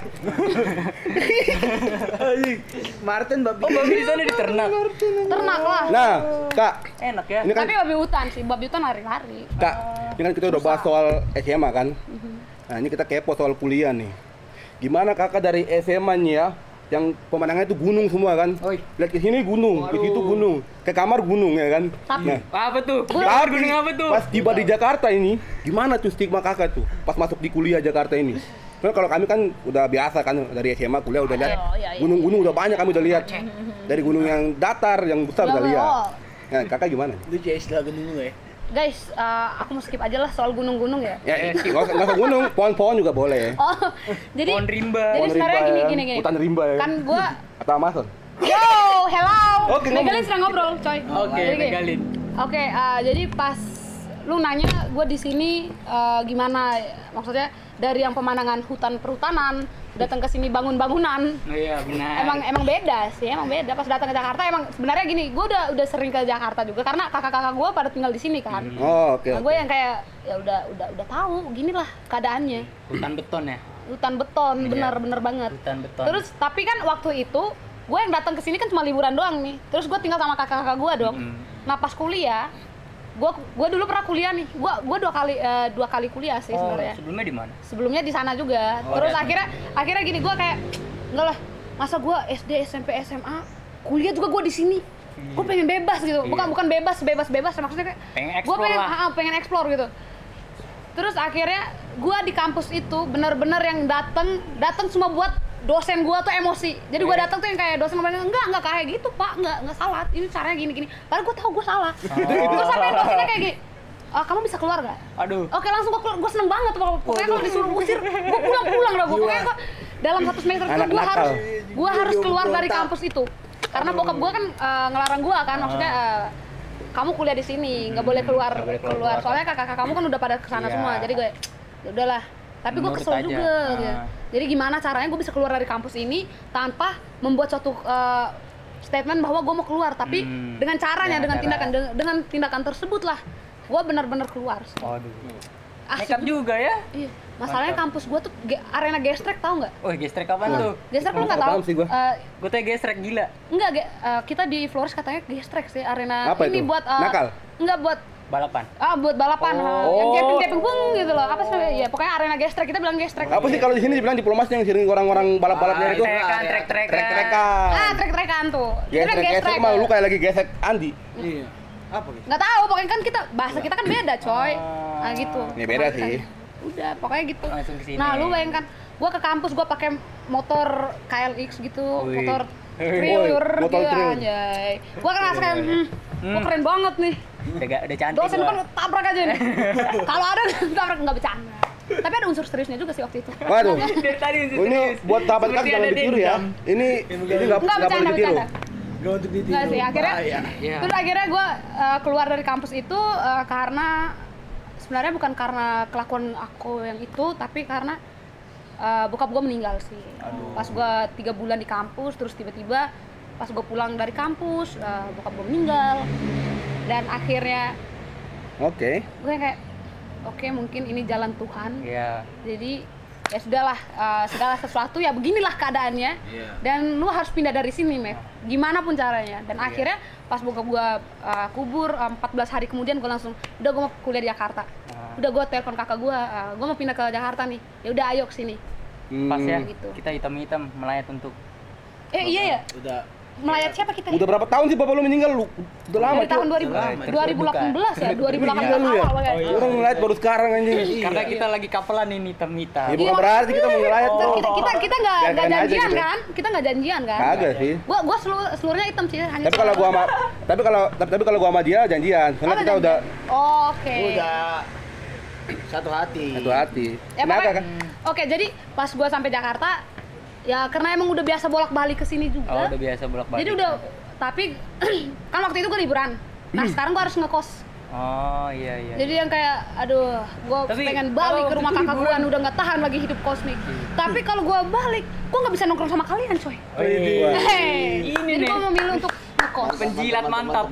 Martin babi. Oh, babi di sana diternak. Ternak lah. Nah, Kak, Enak ya. ini kan Tapi babi hutan sih, babi hutan lari-lari. Kak, ini kan kita udah bahas soal S M A kan. Nah, ini kita kepo soal kuliah nih. Gimana Kakak dari S M A nih ya? Yang pemandangannya itu gunung semua kan? Oi. Lihat ke sini gunung, ke situ gunung, ke kamar gunung ya kan? Tapi- Nah, Apa tuh? Tapi Gunung apa tuh? pas tiba di Jakarta ini, gimana tuh stigma kakak tuh pas masuk di kuliah Jakarta ini? Karena kalau kami kan udah biasa kan dari S M A kuliah udah lihat Oh, iya, iya. gunung-gunung udah banyak kami udah lihat. Dari gunung yang datar, yang besar udah Iya, lihat. oh. Nah, kakak gimana? Lu jadi istilah gunung ya? Guys, eh, aku mau skip aja lah soal gunung-gunung ya. Ya, nggak usah, nggak usah gunung, pohon-pohon juga boleh. Oh, jadi Pohon rimba. Jadi Pohon sebenarnya rimba gini ya, gini gini. hutan rimba ya. Kan gua Atau Amazon. yo, hello. Oke, ngomong. Megalin sedang ngobrol, coy. Oke, Jadi gini. megalin. Oke, eh, jadi pas lu nanya gue di sini eh, gimana, maksudnya dari yang pemandangan hutan perhutanan datang ke sini bangun bangunan. Oh iya, benar. Emang emang beda sih, emang beda. Pas datang ke Jakarta emang sebenarnya gini, gue udah udah sering ke Jakarta juga karena kakak-kakak gue pada tinggal di sini kan. Oh, oke. Nah, oke. gue yang kayak ya udah udah udah tahu gini lah keadaannya. Hutan beton ya. Hutan beton, Iya. bener-bener banget. Hutan beton. Terus tapi kan waktu itu gue yang datang ke sini kan cuma liburan doang nih. Terus gue tinggal sama kakak-kakak gue dong. Mm. Nah pas kuliah, gue gue dulu pernah kuliah nih. Gue gue dua kali eh, dua kali kuliah sih Oh, sebenarnya. sebelumnya di mana? Sebelumnya di sana juga. Oh, Terus di sana. akhirnya akhirnya gini gue kayak enggak lah. Masa gue S D, S M P, S M A kuliah juga gue di sini. Gue pengen bebas gitu. Bukan Iya. bukan bebas bebas bebas maksudnya kayak Pengen gue explore pengen lah. ah, ah, pengen explore gitu. Terus akhirnya gue di kampus itu bener-bener yang dateng dateng cuma buat dosen gue tuh emosi. Jadi gue datang tuh yang kayak dosen ngomongin enggak enggak kayak gitu pak, enggak enggak salah. Ini caranya gini-gini. Padahal gue tahu gue salah. Terus sampai dosennya kayak gini. Ah, kamu bisa keluar gak? Aduh. Oke langsung gue keluar, gue seneng banget pokoknya kalau disuruh usir, gue pulang-pulang dah gue. Pokoknya gue dalam satu semester itu gue harus gue harus keluar dari kampus itu. Karena bokap gue kan uh, ngelarang gue kan, maksudnya uh, kamu kuliah di sini, nggak boleh keluar boleh keluar, keluar. keluar. Soalnya kakak kamu kan udah pada kesana Iya. semua, jadi gue ya udahlah. Tapi gue Menurut kesel aja. juga. Ah. Gitu. Jadi gimana caranya gue bisa keluar dari kampus ini tanpa membuat suatu uh, statement bahwa gue mau keluar, tapi Hmm. dengan caranya, Dengan dengan cara. tindakan dengan, dengan tindakan tersebut lah, gue benar-benar keluar. Waduh. Asik. Nekat juga ya. Iya. Masalahnya Mantap. kampus gue tuh ge- arena gestrek tau nggak? Oh, gestrek kapan tuh? Gestrek lu nggak Nggak tahu? paham sih gua. Eh, Gue tuh gestrek gila. enggak, ge- eh, kita di Flores katanya gestrek sih arena Apa ini itu? buat eh, Nakal? enggak buat Balapan. ah buat balapan Oh. eh, yang camping-camping pung gitu loh. Apa sih ya pokoknya arena gestrek, kita bilang gestrek. Apa sih kalau di sini dibilang diplomasi yang sering orang-orang balap-balapnya itu? Trekan, trek-trekan. Trek-trekan. Ah, trek-trekan tuh. Kita bilang Gesek-gesek mah lu kayak lagi gesek Andi. Iya. Apa gitu? Nggak tahu, pokoknya kan kita bahasa kita kan beda, coy. Nah, gitu. Ya, beda sih. Udah, pokoknya gitu. Langsung kesini. Nah, lu bayangkan gua ke kampus gua pakai motor K L X gitu, Wih. motor Wih. trailer Motor gitu trail. anjay. Gua kan ngerasa kayak hmm, gua keren banget nih. Udah, ga- udah cantik. Dosen gua. depan tabrak aja nih. Kalau ada tabrak enggak bercanda. Tapi ada unsur seriusnya juga sih waktu itu. Waduh. Dari tadi Oh, ini buat sahabat kan Seperti jangan ada ditiru ya. dendam. Ini ini nggak Enggak nggak boleh bercanda, ditiru. bercanda. Gak untuk ditiru. Enggak sih, akhirnya Bahaya. Iya. terus akhirnya gue uh, keluar dari kampus itu uh, karena sebenarnya bukan karena kelakuan aku yang itu, tapi karena uh, bokap gue meninggal sih. Pas gue tiga bulan di kampus, terus tiba-tiba pas gue pulang dari kampus, uh, bokap gue meninggal. Dan akhirnya Oke. gue kayak, oke mungkin ini jalan Tuhan. Iya. Jadi ya sudahlah, uh, segala sesuatu ya beginilah keadaannya. Iya. Dan lu harus pindah dari sini, Mev. Gimana pun caranya. Dan akhirnya pas bokap gua uh, kubur uh, empat belas hari kemudian gua langsung udah gua mau kuliah di Jakarta. Ah. Udah gua telepon kakak gua, uh, gua mau pindah ke Jakarta nih. Ya udah ayo ke sini. Pas ya. Hmm. Gitu. Kita hitam-hitam melayat untuk Eh iya ya. Udah. Melayat siapa kita? Udah berapa tahun sih bapak lu meninggal lu? Udah lama Dari tahun Cuk. dua ribu, Udah lama. dua ribu delapan belas ya, dua ribu delapan belas Gila lu ya? awal ya. Orang ngeliat baru sekarang anjing. karena kita lagi kapelan ini hitam-hitam. Ya bukan berarti kita mau ngelayat Kan tuh. kita kita kita nggak Jangan nggak aja janjian gitu. kan? Kita nggak janjian kan? Kagak sih. Gua gua seluruh seluruhnya hitam sih hanya. Tapi kalau gua sama tapi kalau tapi, tapi kalau gua sama dia janjian. Karena Apa kita janjian? udah Oh, oke. Udah satu hati. satu hati. Ya, Kenapa pokoknya- kan? Oke, jadi pas gua sampai Jakarta, ya karena emang udah biasa bolak-balik ke sini juga. Oh, udah biasa bolak-balik. Jadi udah, tapi kan waktu itu gua liburan. Nah, sekarang gua harus ngekos. Oh, iya iya. Jadi yang kayak, aduh, gua Tapi pengen kalau balik ke waktu rumah itu kakak gua, liburan- udah nggak tahan lagi hidup kos nih. Tapi kalau gua balik, gua nggak bisa nongkrong sama kalian, coy. Oh, iya. Hey, Ini jadi nih. gua memilih untuk ngekos. Penjilat mantap.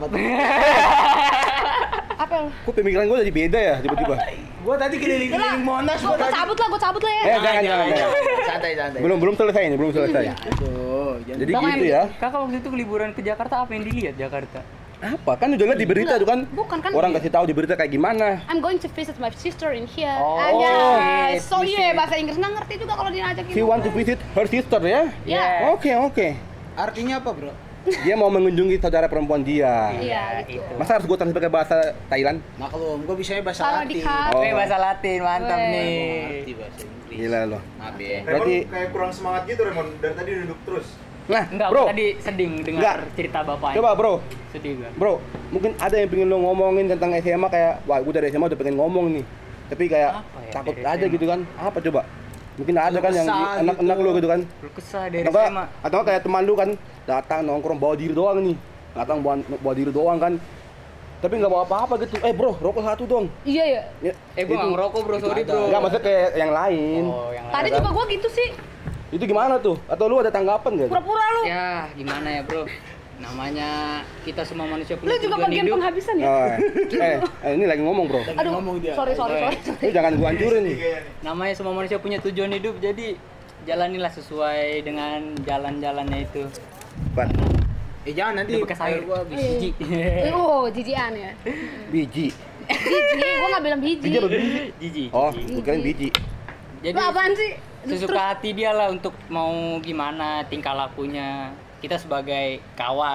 Apa yang? Kok pemikiran gua jadi beda ya tiba-tiba? Gua tadi keliling-keliling Monas Gua, gua gua tadi. cabut lah, gua cabut lah ya. Eh, jangan jangan. jangan. Santai santai. Belum belum selesai ini, belum selesai. Tuh, jangan. Jadi Pokoknya gitu ya. Kakak waktu itu liburan ke Jakarta, apa yang dilihat Jakarta? Apa? Kan udah lihat di berita tuh kan? Bukan, kan? Orang kasih tahu di berita kayak gimana. I'm going to visit my sister in here. Oh, Anjay. visit, So iya visit. bahasa Inggris nggak ngerti juga kalau diajak She want to visit her sister ya? Ya. Oke, oke. Artinya apa, Bro? Dia mau mengunjungi saudara perempuan dia. Iya, gitu. itu. Masa harus gua translate pakai bahasa Thailand? Maklum, gua bisanya bahasa Kalau Latin. di kap- Oh. Oke, bahasa Latin, mantap Weh. nih. Ngerti bahasa Inggris. Gila loh. Maaf ya. Remon Berarti- kayak kurang semangat gitu Remon, dari tadi duduk terus. Nah, Enggak, bro. tadi seding dengar Enggak. cerita bapaknya. Coba, bro. Sedih gua. Bro, mungkin ada yang pengen lo ngomongin tentang S M A kayak, wah, gue dari S M A udah pengen ngomong nih. Tapi kayak Apa ya takut dari aja S M A? gitu kan. Apa coba? Mungkin ada kan yang Kesah enak-enak gitu. lo gitu kan. Lu kesah dari Atau S nggak- M A. atau nggak kayak teman lu kan datang nongkrong bawa diri doang nih. Datang bawa, bawa diri doang kan. Tapi nggak bawa apa-apa gitu. Eh bro, rokok satu dong. Iya ya. Ya, Eh, gua nggak ngerokok, bro. Sorry, bro. Enggak, maksudnya kayak yang lain. Oh, yang Tadi lain. juga gua gitu sih. Itu gimana tuh? Atau lu ada tanggapan nggak? Pura-pura lu. Ya, gimana ya, bro? Namanya kita semua manusia punya Lu juga tujuan bagian hidup. penghabisan ya. Oh, eh, eh, ini lagi ngomong bro. Lagi Aduh, ngomong dia. sorry sorry Weh. sorry. Lu jangan gua hancurin nih. Namanya semua manusia punya tujuan hidup, jadi jalanilah sesuai dengan jalan-jalannya itu. Pan, Eh jangan nanti Udah bekas air gua habis. biji. Oh, jijian ya. biji. Biji, gua nggak bilang biji. Biji apa biji? Jiji. Oh, jiji. gua kirain biji. Jadi Lu apaan sih? sesuka hati dia lah untuk mau gimana tingkah lakunya. Kita sebagai kawan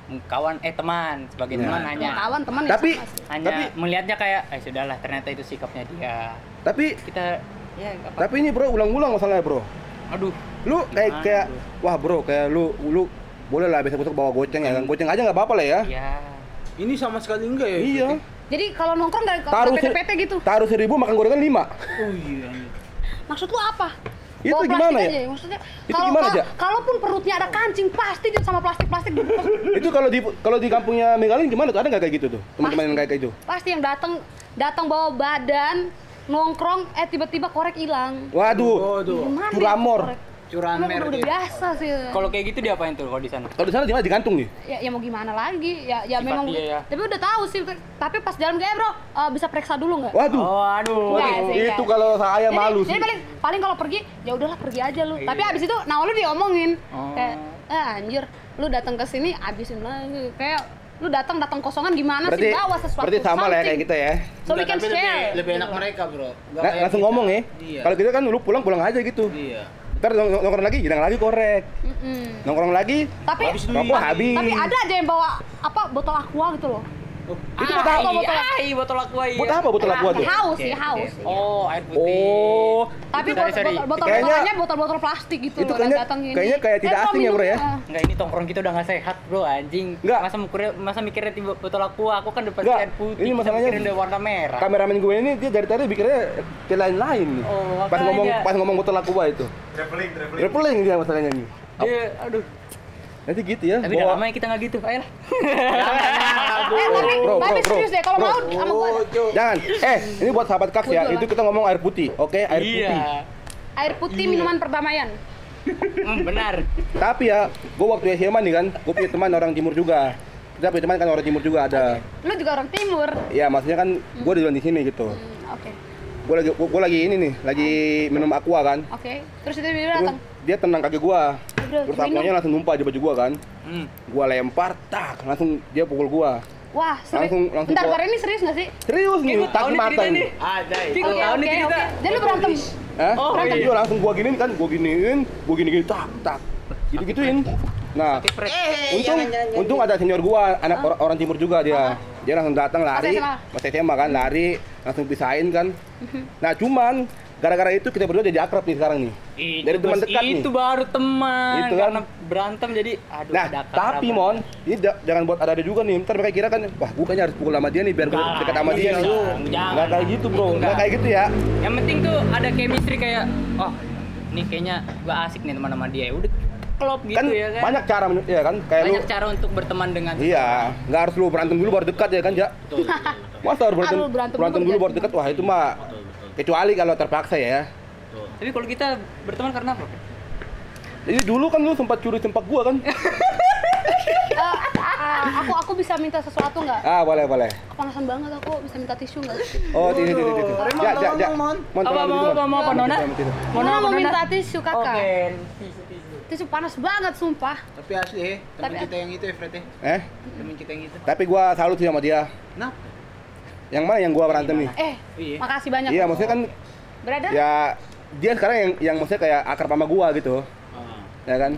kawan eh teman sebagai Ya. teman Ya, hanya kawan teman ya Tapi- sama sih. hanya Tapi- melihatnya kayak eh sudahlah ternyata itu sikapnya dia. Tapi Kita ya nggak apa. tapi ini bro ulang-ulang masalahnya bro. Aduh. Lu kayak Gimana, kayak bro? wah bro kayak lu lu boleh lah besok-besok bawa goceng ya kan. Goceng aja nggak apa-apa lah ya. Ya. Ini sama sekali enggak ya? Iya. Jadi kalau nongkrong dari Taruh P T se- P T gitu. Taruh seribu makan gorengan lima. Oh iya. iya. Maksud lu apa? Itu Bawa gimana plastik ya? aja. Maksudnya Itu kalau gimana, kalau- Ja? kalaupun perutnya ada kancing pasti dia sama plastik-plastik Itu kalau di kalau di kampungnya Megalin gimana tuh? Ada nggak kayak gitu tuh? Teman-teman yang kayak gitu. pasti yang datang datang bawa badan nongkrong eh tiba-tiba korek hilang. Waduh. Waduh. Gimana ya curamor. korek? Curahan Udah, udah, merek. udah ya. biasa sih. Kalau kayak gitu diapain tuh kalau di sana? Kalau di sana gimana digantung nih? ya, ya mau gimana lagi? Ya ya Sifat memang dia ya. tapi udah tahu sih. Tapi pas jalan kayak bro, eh, bisa periksa dulu nggak? Waduh. Oh, aduh. Enggak Waduh, sih, itu enggak. kalau saya Jadi- malu Jadi sih. paling paling kalau pergi ya udahlah pergi aja lu. Iya. Tapi abis itu nah lu diomongin Oh. kayak eh anjir lu datang ke sini abisin lagi kayak lu datang datang kosongan gimana Berarti sih bawa sesuatu berarti sama lah ya kayak something. kita ya. So we Enggak, can tapi share. lebih, lebih enak gitu. mereka, Bro. Enggak Nah, kayak langsung kita. ngomong ya. Iya. Kalau kita kan lu pulang pulang aja gitu. Iya. Ntar nong- nongkrong lagi hilang lagi korek. Mm-mm. Nongkrong lagi Tapi Habis duit. rokok habis. tapi ada aja yang bawa apa botol aqua gitu loh. Itu ah, buat apa? botol ai, botol aqua iya. Buat apa botol aqua tuh? Haus sih, haus. Oh, air putih. Oh, Tapi Sorry, botol sorry. botol botol Kayaknya- botolannya botol-botol plastik gitu itu loh, kayaknya- datang gini. kayaknya kayak tidak bro, asing ya, minum. bro, ya? Ah. Enggak, ini tongkrong kita udah nggak sehat, bro, anjing. Nggak. Masa mikirnya masa mikirnya tiba botol aqua, aku kan udah pasti Nggak, air putih. ini kita masalahnya mikirin udah warna merah. kameramen gue ini dia dari tadi pikirnya ke lain-lain nih. Oh, pas makanya. ngomong pas ngomong botol aqua itu. Traveling, traveling. Traveling dia masalahnya nih. Dia, aduh. Nanti gitu ya. Tapi udah bawa- lama ya kita nggak gitu, ayolah. Eh, tapi Bro, tapi bro, bro. serius deh kalau Bro. mau sama gua ada. Jangan. Eh, ini buat sahabat Kaks ya. Gua jualan. Itu kita ngomong air putih, oke? Air putih. Iya. Air putih minuman perdamaian. Hmm, benar. Tapi ya, gue waktu S M A nih kan, gue punya teman orang timur juga. Kita punya teman kan orang timur juga ada. Lu juga orang timur. Ya, maksudnya kan gue di di sini gitu. Hmm, Oke. Gue lagi gue lagi ini nih, lagi minum aqua kan. Oke. Terus itu dia Terus datang. dia tenang kaki gue. Udah, Terus minum. aquanya langsung numpah di baju gue kan. Hmm. Gue lempar, tak, langsung dia pukul gue. Wah, serius. Langsung- langsung Bentar, bawa- bentar, ini serius nggak sih? Serius nih, Gua tahu kaki nih mata cerita nih. nih. Ada itu. Gua Oke, tahu oke, nih cerita. oke. Jadi lu berantem. Hah? Oh, Berantem. iya. Iya, langsung gua giniin kan, gua giniin, gua gini gini tak tak. Gitu gituin. Nah, Sakit, Fred. untung untung ada senior gua, anak or- orang timur juga dia. Dia langsung datang lari, S M A. masih S M A kan, lari, langsung pisahin kan. Nah, cuman gara-gara itu kita berdua jadi akrab nih sekarang nih. Itu, Dari teman bos, dekat nih. itu baru teman. Itu kan. Karena berantem jadi aduh Nah, ada tapi keakraban. Mon, ini da- jangan buat ada-ada juga nih. Ntar mereka kira kan, wah gua kayaknya harus pukul sama dia nih biar gua Enggak, dekat sama dia iya, nih. jangan, Enggak jangan. kayak gitu, Bro. Itu Enggak enggak. kayak gitu ya. Yang penting tuh ada chemistry kayak oh, ini kayaknya gua asik nih teman sama dia. Udah klop gitu Kan ya kan. banyak cara men- ya kan kayak lu Banyak cara untuk berteman dengan iya, nggak harus lu berantem dulu baru dekat ya kan, Ja? Masa harus berantem, Harus berantem berantem dulu dulu baru baru dekat? Wah, itu mah kecuali kalau terpaksa ya. Tapi kalau kita berteman karena apa? Jadi dulu kan lu sempat curi sempak gua kan? Eh, ah, aku aku bisa minta sesuatu nggak? Ah, boleh, boleh. Kepanasan banget aku bisa minta tisu nggak? Oh, ini ini ini. Remon, Ja, ja, ja. tolong, Mon. Mon, Apa tolong mau dulu, apa Mon. mau apa Nona? Mon, tidur. Mau Nona mau Nona? minta tisu kakak. Oke, tisu tisu. Tisu panas banget sumpah. Tapi asli ya, teman Tapi- kita yang itu ya, Fred ya. Eh, Teman kita yang itu. tapi gua salut sih sama dia. Kenapa? Yang mana yang gua berantem nih? Eh, Iya. makasih banyak. Iya, maksudnya kan Brother? ya dia sekarang yang yang maksudnya kayak akrab sama gua gitu. Ah. Ya kan?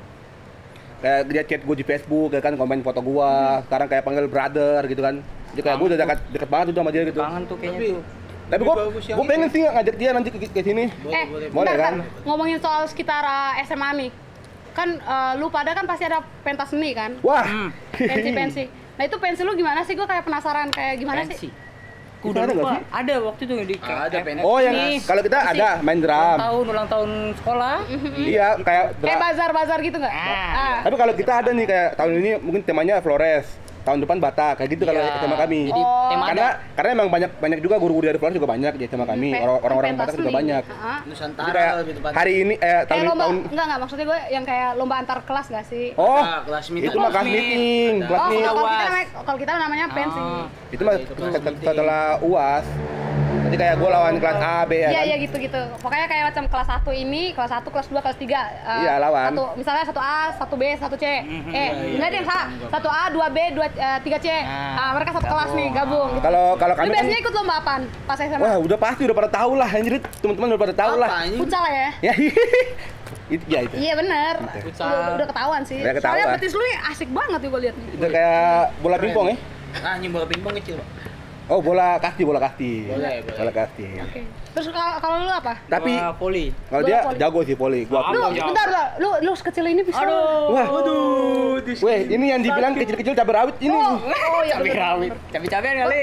Kayak dia chat gue di Facebook, ya kan, komen foto gua. Sekarang kayak panggil brother gitu kan. Jadi kayak gue udah dekat deket banget udah sama dia gitu. Kangen tuh kayaknya Tapi tuh. Tapi lebih gue bagus yang gue pengen itu. sih ngajak dia nanti ke, ke sini. Boleh, eh, boleh, boleh, bentar, kan? bentar. Ngomongin soal sekitar uh, S M A nih. Kan uh, lu pada kan pasti ada pentas seni kan? Wah. Hmm. Pensi-pensi. Nah, itu pensi lu gimana sih? Gue kayak penasaran kayak gimana Pensi. sih? Aku udah Ada nggak lupa. sih? Ada waktu itu di Ada pensi. Oh, yang Nih, kalau kita apa sih? ada main drum. Ulang tahun ulang tahun sekolah. Iya, kayak Kayak drum. bazar-bazar gitu nggak? Ah, Tapi kalau kita ada nih kayak tahun ini mungkin temanya Flores. Tahun depan Batak, kayak gitu kalau Iya. sama kami. Jadi Oh. tema Karena ada. karena emang banyak banyak juga guru-guru dari Flores juga banyak di sama kami. Pen- Orang- Orang-orang pentas Batak juga seni. banyak. Ha-ha. Jadi Nusantara kayak lebih tepatnya. hari ini eh tahun Kayak ini lomba, tahun enggak enggak maksudnya gue yang kayak lomba antar kelas gak sih? Oh, Ada kelas meet. itu mah kelas Kelas meeting, meet. kelas Oh, meet. kalau kita UAS. namanya, kalau kita namanya pensi. Ah. Itu mah Itu kelas set- meeting. setelah U A S. Jadi kayak gue lawan kelas A, B ya Iya kan? iya gitu-gitu. Pokoknya kayak macam kelas satu ini, kelas satu, kelas dua, kelas tiga. eh, Iya, lawan. Satu, misalnya satu A, satu B, satu C. Mhm. Eh, Iya, enggak deh, salah. Satu A, dua B, dua eh, tiga C. Nah, Ah, mereka satu kelas nih, gabung. Gitu. Kalau kalau Lu kami kan, biasanya ikut lomba apaan pas S M A? wah udah pasti udah pada tahu lah, anjir teman-teman udah pada tahu lah. Apa ini? Futsal ya? Ya, Itu ya itu. Iya bener. Futsal. Udah, udah ketahuan sih. Udah ketahuan. Soalnya betis lu nih asik banget nih gue liat nih. Itu kayak bola pingpong ya? Ah, ini bola pingpong kecil. Oh, bola kasti, bola kasti. Boleh, boleh. Bola kasti. Oke. Terus kalau kalau lu apa? Tapi Bola voli. kalau Bola dia voli. jago sih voli. Gua Lu akui. Jauh. bentar, bentar. Lu lu sekecil ini bisa. Aduh. Wah, Waduh, weh, ini yang dibilang kecil-kecil cabai rawit ini. Oh, oh iya. Cabai rawit. Cabai-cabian kali.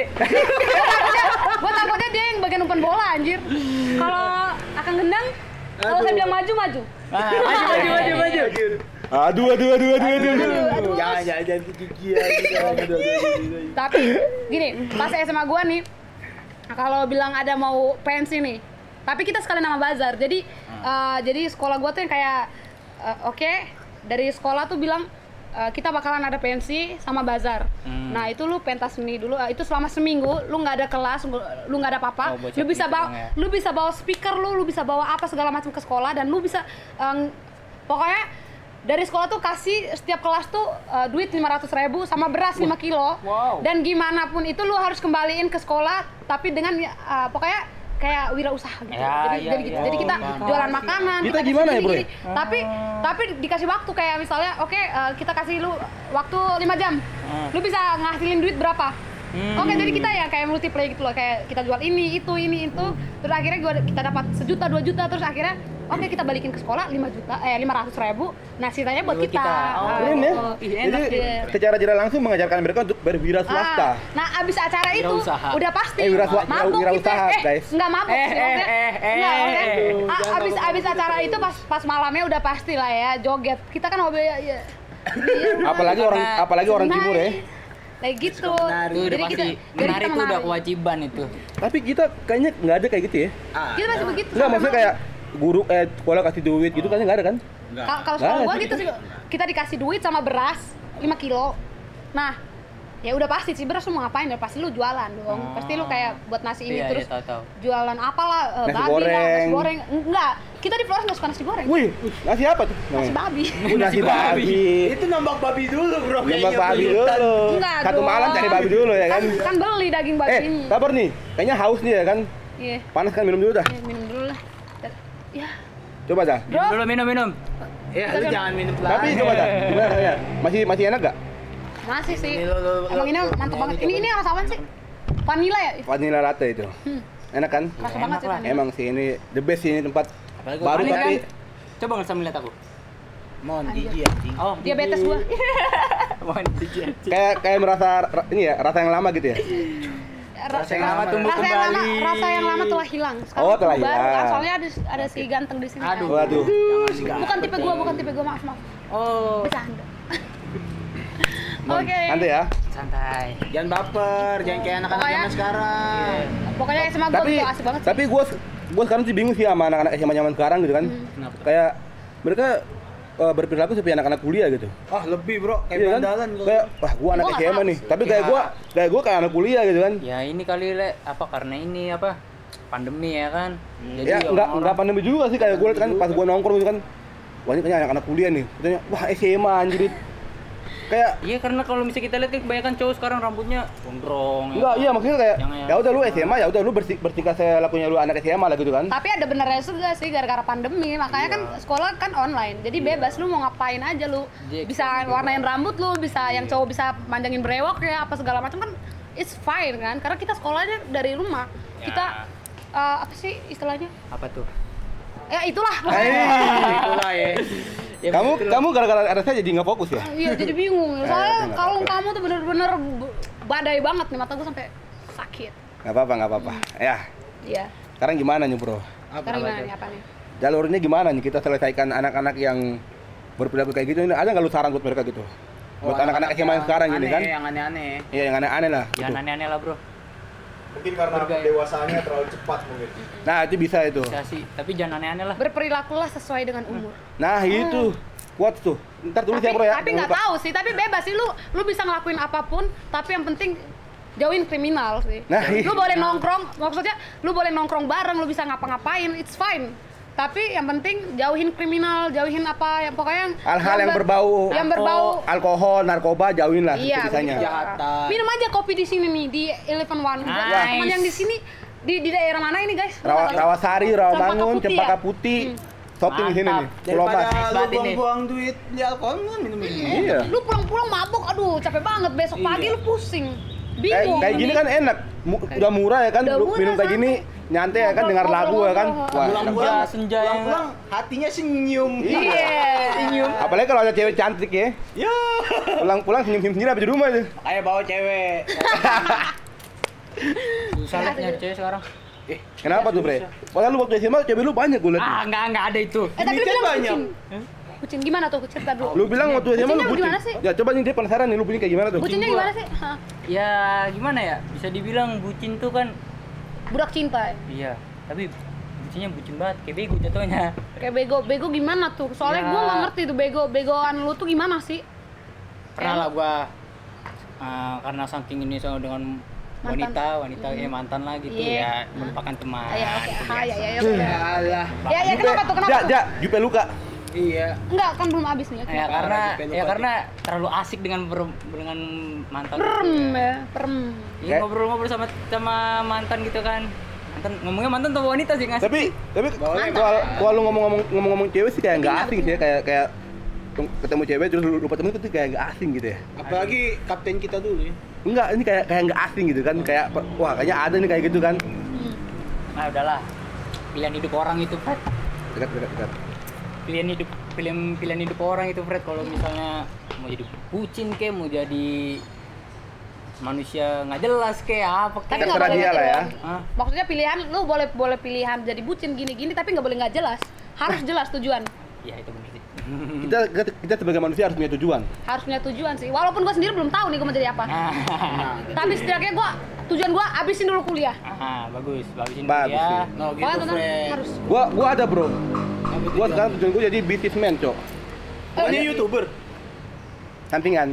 Gue takutnya dia yang bagian umpan bola anjir. Kalau akan gendang, kalau saya bilang maju maju. Ah, maju maju maju maju. Aduh, aduh, aduh, aduh, aduh. Aduh, Jangan, jangan, jangan gigi ya. Tapi gini, pas S M A gua nih, kalau bilang ada mau pensi nih, tapi kita sekalian nama bazar. Jadi eh, jadi sekolah gua tuh yang kayak eh, oke, dari sekolah tuh bilang eh, kita bakalan ada pensi sama bazar. Hmm. Nah, itu lu pentas seni dulu. eh, Itu selama seminggu lu nggak ada kelas, lu lu nggak ada apa-apa. Oh, buat lu bisa gitu bawa doang ya. lu bisa bawa speaker lu, lu bisa bawa apa segala macam ke sekolah dan lu bisa eh, pokoknya dari sekolah tuh kasih setiap kelas tuh uh, duit lima ratus ribu sama beras lima kilo. Wow. Dan gimana pun itu lu harus kembaliin ke sekolah tapi dengan uh, pokoknya kayak wirausaha gitu. Ya, jadi, ya, jadi, ya. jadi kita Oh, jualan makanan. Kita kasih gimana ya, gini, Bro? gini. Tapi tapi dikasih waktu kayak misalnya oke uh, kita kasih lu waktu lima jam. Hmm. Lu bisa ngasilin duit berapa? Hmm. Oke, jadi kita ya kayak multiplay gitu loh, kayak kita jual ini, itu, ini, itu. Terus akhirnya gua kita dapat sejuta, dua juta, terus akhirnya oke kita balikin ke sekolah lima juta, eh lima ratus ribu. Nah, sisanya buat Buat kita. kita. Oh, Ah, Keren ya? gitu. Ih, Jadi enak ya. secara tidak langsung mengajarkan mereka untuk berwira swasta. Ah, nah, abis acara itu Wirausaha. udah pasti Eh, wira- wira- mabuk wirausaha, kita. Eh, guys. enggak mabuk Eh, sih maksudnya. eh, eh, Enggak, eh, maksudnya, eh. ah, abis abis acara itu pas pas malamnya udah pasti lah ya joget. Kita kan hobi ya. ya Apalagi orang apalagi orang Menari. timur ya. Kayak gitu. menari. Itu udah Jadi pasti kita- jadi menari kita itu udah menari. kewajiban itu. Tapi kita kayaknya nggak ada kayak gitu ya. Ah, Kita masih begitu. Enggak, sama maksudnya kayak guru eh sekolah kasih duit gitu kayaknya nggak ada kan? enggak. Ka- Kalau Nggak sekolah ada gua sih. gitu sih, kita dikasih duit sama beras lima kilo. Nah, ya udah pasti sih beras lu mau ngapain ya pasti lu jualan dong. Oh. Pasti lu kayak buat nasi ini Iya, terus iya, tahu-tahu. jualan apalah eh, Nasi babi lah, goreng. nasi goreng. Enggak, kita di Flores nggak suka nasi goreng. Wih, nasi apa tuh? Nasi namanya? babi. Oh, nasi babi. Itu nambak babi dulu, Bro. Nambah kayaknya, babi Bro. dulu. Enggak Satu dong. malam cari babi dulu ya kan? Kan, kan beli daging Eh, babinya. sabar nih. Kayaknya haus nih ya kan? Iya. Panas kan minum dulu dah. Ya, minum dulu lah. Ya, Coba dah. bro. Minum dulu minum minum. Ya, lu jangan minum Tapi pelan. coba dah. Gimana rasanya? Masih masih enak gak? Masih sih. Ini lo- lo- Emang ini lo- mantep lo- banget. lo- Ini ini rasa apaan sih? Vanilla ya? Vanilla latte itu. Hmm. Enak kan? Rasa Enak banget sih lah. vanilla. Emang sih ini the best sih ini tempat Apalagi baru Aneh tapi kan? Coba nggak sambil lihat aku. Mon Anjir. gigi anjing. Oh, Diabetes gua. Mohon izin. kayak kayak merasa ra- ini ya rasa yang lama gitu ya. Rasa yang lama tumbuh rasa yang lama, kembali. rasa yang lama telah hilang. Sekarang Oh, telah baru kan. hilang. Soalnya ada ada si ganteng di sini. Aduh. kan. Waduh. Bukan tipe gua, bukan tipe gua, maaf maaf. Oh, Bercanda. Oke. Nanti ya. santai. Jangan baper, jangan kayak anak-anak Pokoknya- zaman sekarang. Pokoknya S M A gua Tapi tuh asik banget sih. tapi gue gue sekarang sih bingung sih sama anak-anak S M A zaman sekarang gitu kan. Kenapa? Kayak mereka eh, berperilaku seperti anak-anak kuliah gitu. Ah, lebih, Bro. Kayak Iya kan? bandalan gua. Kayak wah gua anak Gua S nggak M A tahu nih. sih. Tapi kayak Ya. gua kayak gua kayak anak kuliah gitu kan. Ya ini kali le apa karena ini apa pandemi ya kan. Jadi Ya enggak orang-orang- enggak pandemi juga sih kayak gue liat kan pas gua nongkrong gitu kan. Wah ini kayaknya anak-anak kuliah nih. Katanya wah S M A anjir. Kayak Iya karena kalau misalnya kita lihat kan kebanyakan cowok sekarang rambutnya gondrong. ya enggak kan? iya maksudnya kayak Yang- yang- ya udah lu S M A ya udah lu bersih bertingkah saya lakunya lu anak S M A lah gitu kan. Tapi ada benernya juga sih gara-gara pandemi, makanya kan sekolah kan online. Jadi bebas lu mau ngapain aja lu. Jadi- Bisa warnain rambut lu, bisa yang cowok bisa manjangin brewok ya apa segala macam kan it's fine kan. Karena kita sekolahnya dari rumah. Ya. Kita eh, apa sih istilahnya? Apa tuh? Ya itulah. Eh, Itulah ya. Ya, kamu betul. kamu gara-gara ada saya jadi nggak fokus ya? Iya jadi bingung. Eh, Soalnya nggak kalau apa-apa. kamu tuh bener-bener b- badai banget nih mata gue sampai sakit. Nggak apa-apa nggak apa-apa. Ya Iya. sekarang gimana nih bro? Sekarang gimana nih apa nih? Jalurnya gimana nih kita selesaikan anak-anak yang berperilaku kayak gitu ini ada nggak lu saran buat mereka gitu? Buat Oh, anak-anak S M A yang sekarang gini aneh, kan? Yang aneh-aneh. Iya yang aneh-aneh lah gitu. Jangan aneh-aneh lah bro. Mungkin karena Bergaya. dewasaannya terlalu cepat mungkin. Nah itu bisa itu. Bisa sih, tapi jangan aneh-aneh lah. Berperilakulah sesuai dengan umur. Nah itu kuat tuh. Ntar tulis tapi ya bro ya. tapi jangan nggak lupa. tahu sih, tapi bebas sih lu lu bisa ngelakuin apapun, tapi yang penting jauhin kriminal sih. Nah, lu iya. boleh nongkrong, maksudnya lu boleh nongkrong bareng, lu bisa ngapa-ngapain, it's fine. Tapi yang penting jauhin kriminal, jauhin apa yang pokoknya yang Hal-hal yang ber- berbau yang berbau alkohol, narkoba jauhin lah iya sebisanya. begitu. Kejahatan. Minum aja kopi di sini nih di Eleven One. Nice. Teman yang di sini di di daerah mana ini guys? Lu Rawa, nggak tahu? Rawasari, Rawamangun, Putih Cempaka ya? Putih, Hmm. shopping di sini nih. Mantap. Pulau Mas. Daripada lu Banget ini. buang-buang duit di alkohol lu minum ini. Iya. Lu pulang-pulang mabuk, aduh capek banget. Besok Iya. pagi lu pusing. Kayak, Bingung. kayak gini kan enak. Mu- udah murah ya kan, Udah lu murah, minum kayak gini nyantai ya kan, dengar lagu ya kan. Wah, enak Pulang-pulang, banget. senja yang- pulang-pulang hatinya senyum. Iya. Apalagi kalau ada cewek cantik ya. Ya. Pulang-pulang senyum-senyum sendiri habis di rumah tuh. Ayo bawa cewek. Susah liat nyari cewek sekarang. Eh, Kenapa tuh, Bre? Padahal lu waktu S M A cewek lu banyak gue liat. Ah, enggak enggak ada itu. Eh tapi lu Ini kan bilang banyak. bucin. Bucin gimana tuh? Cerita dulu. Lu bilang waktu S M A lu Bucinnya bucin. gimana sih? Ya coba nih dia penasaran nih lu bucin kayak gimana tuh. Bucinnya gua. gimana sih? Hah. Ya gimana ya? Bisa dibilang bucin tuh kan Budak cinta. ya? iya, tapi bucinnya bucin banget, kayak bego jatuhnya. Kayak bego, bego gimana tuh? Soalnya Ya. gua nggak ngerti tuh bego, begoan lu tuh gimana sih? Pernah lah gua uh, karena saking ini sama dengan Mantan. wanita, wanita ya mantan lah gitu Iya. ya, melupakan teman. Ah, ya oke. itu Ah, ya biasa. ya ya. oke. Alah. Ya ya kenapa tuh? Kenapa Ja, tuh? ja, Jupe luka. Iya. Enggak, kan belum habis nih. Ya karena Lagi pelupa ya nih. karena terlalu asik dengan ber- dengan mantan. Perem ya, perem. Iya, Kayak- ngobrol-ngobrol sama sama mantan gitu kan. Mantan ngomongnya mantan atau wanita sih ngasih. Tapi tapi Boleh, kalau Bang. kalau lu ngomong-ngomong ngomong-ngomong cewek sih kayak nggak Betina, asing sih ya, kayak kayak ketemu cewek terus lupa temen itu kayak nggak asing gitu ya. Apalagi kapten kita dulu ya. Enggak, ini kayak kayak nggak asing gitu kan, kayak wah kayaknya ada nih kayak gitu kan. Hmm. Nah, udahlah. Pilihan hidup orang itu, Fred. Dekat dekat dekat. Pilihan hidup pilihan pilihan hidup orang itu, Fred. Kalau misalnya mau jadi bucin kayak mau jadi manusia nggak jelas kayak apa Tapi kayak. nggak Terserah boleh dia gitu lah ya. dong. Hah? Maksudnya pilihan lu boleh boleh pilihan jadi bucin gini-gini tapi nggak boleh nggak jelas. Harus jelas tujuan. Ya itu benar sih. Kita, kita kita sebagai manusia harus punya tujuan. Harus punya tujuan sih. Walaupun gua sendiri belum tahu nih gua mau jadi apa. Nah, Tapi setidaknya gua tujuan gua abisin dulu kuliah. ah, bagus, bagusin Bagus ya. sih. No gitu, Pokoknya teman Fred. harus. Gua gua ada bro. Gua sekarang tujuan gua jadi businessman cok. Bukannya YouTuber. Sampingan.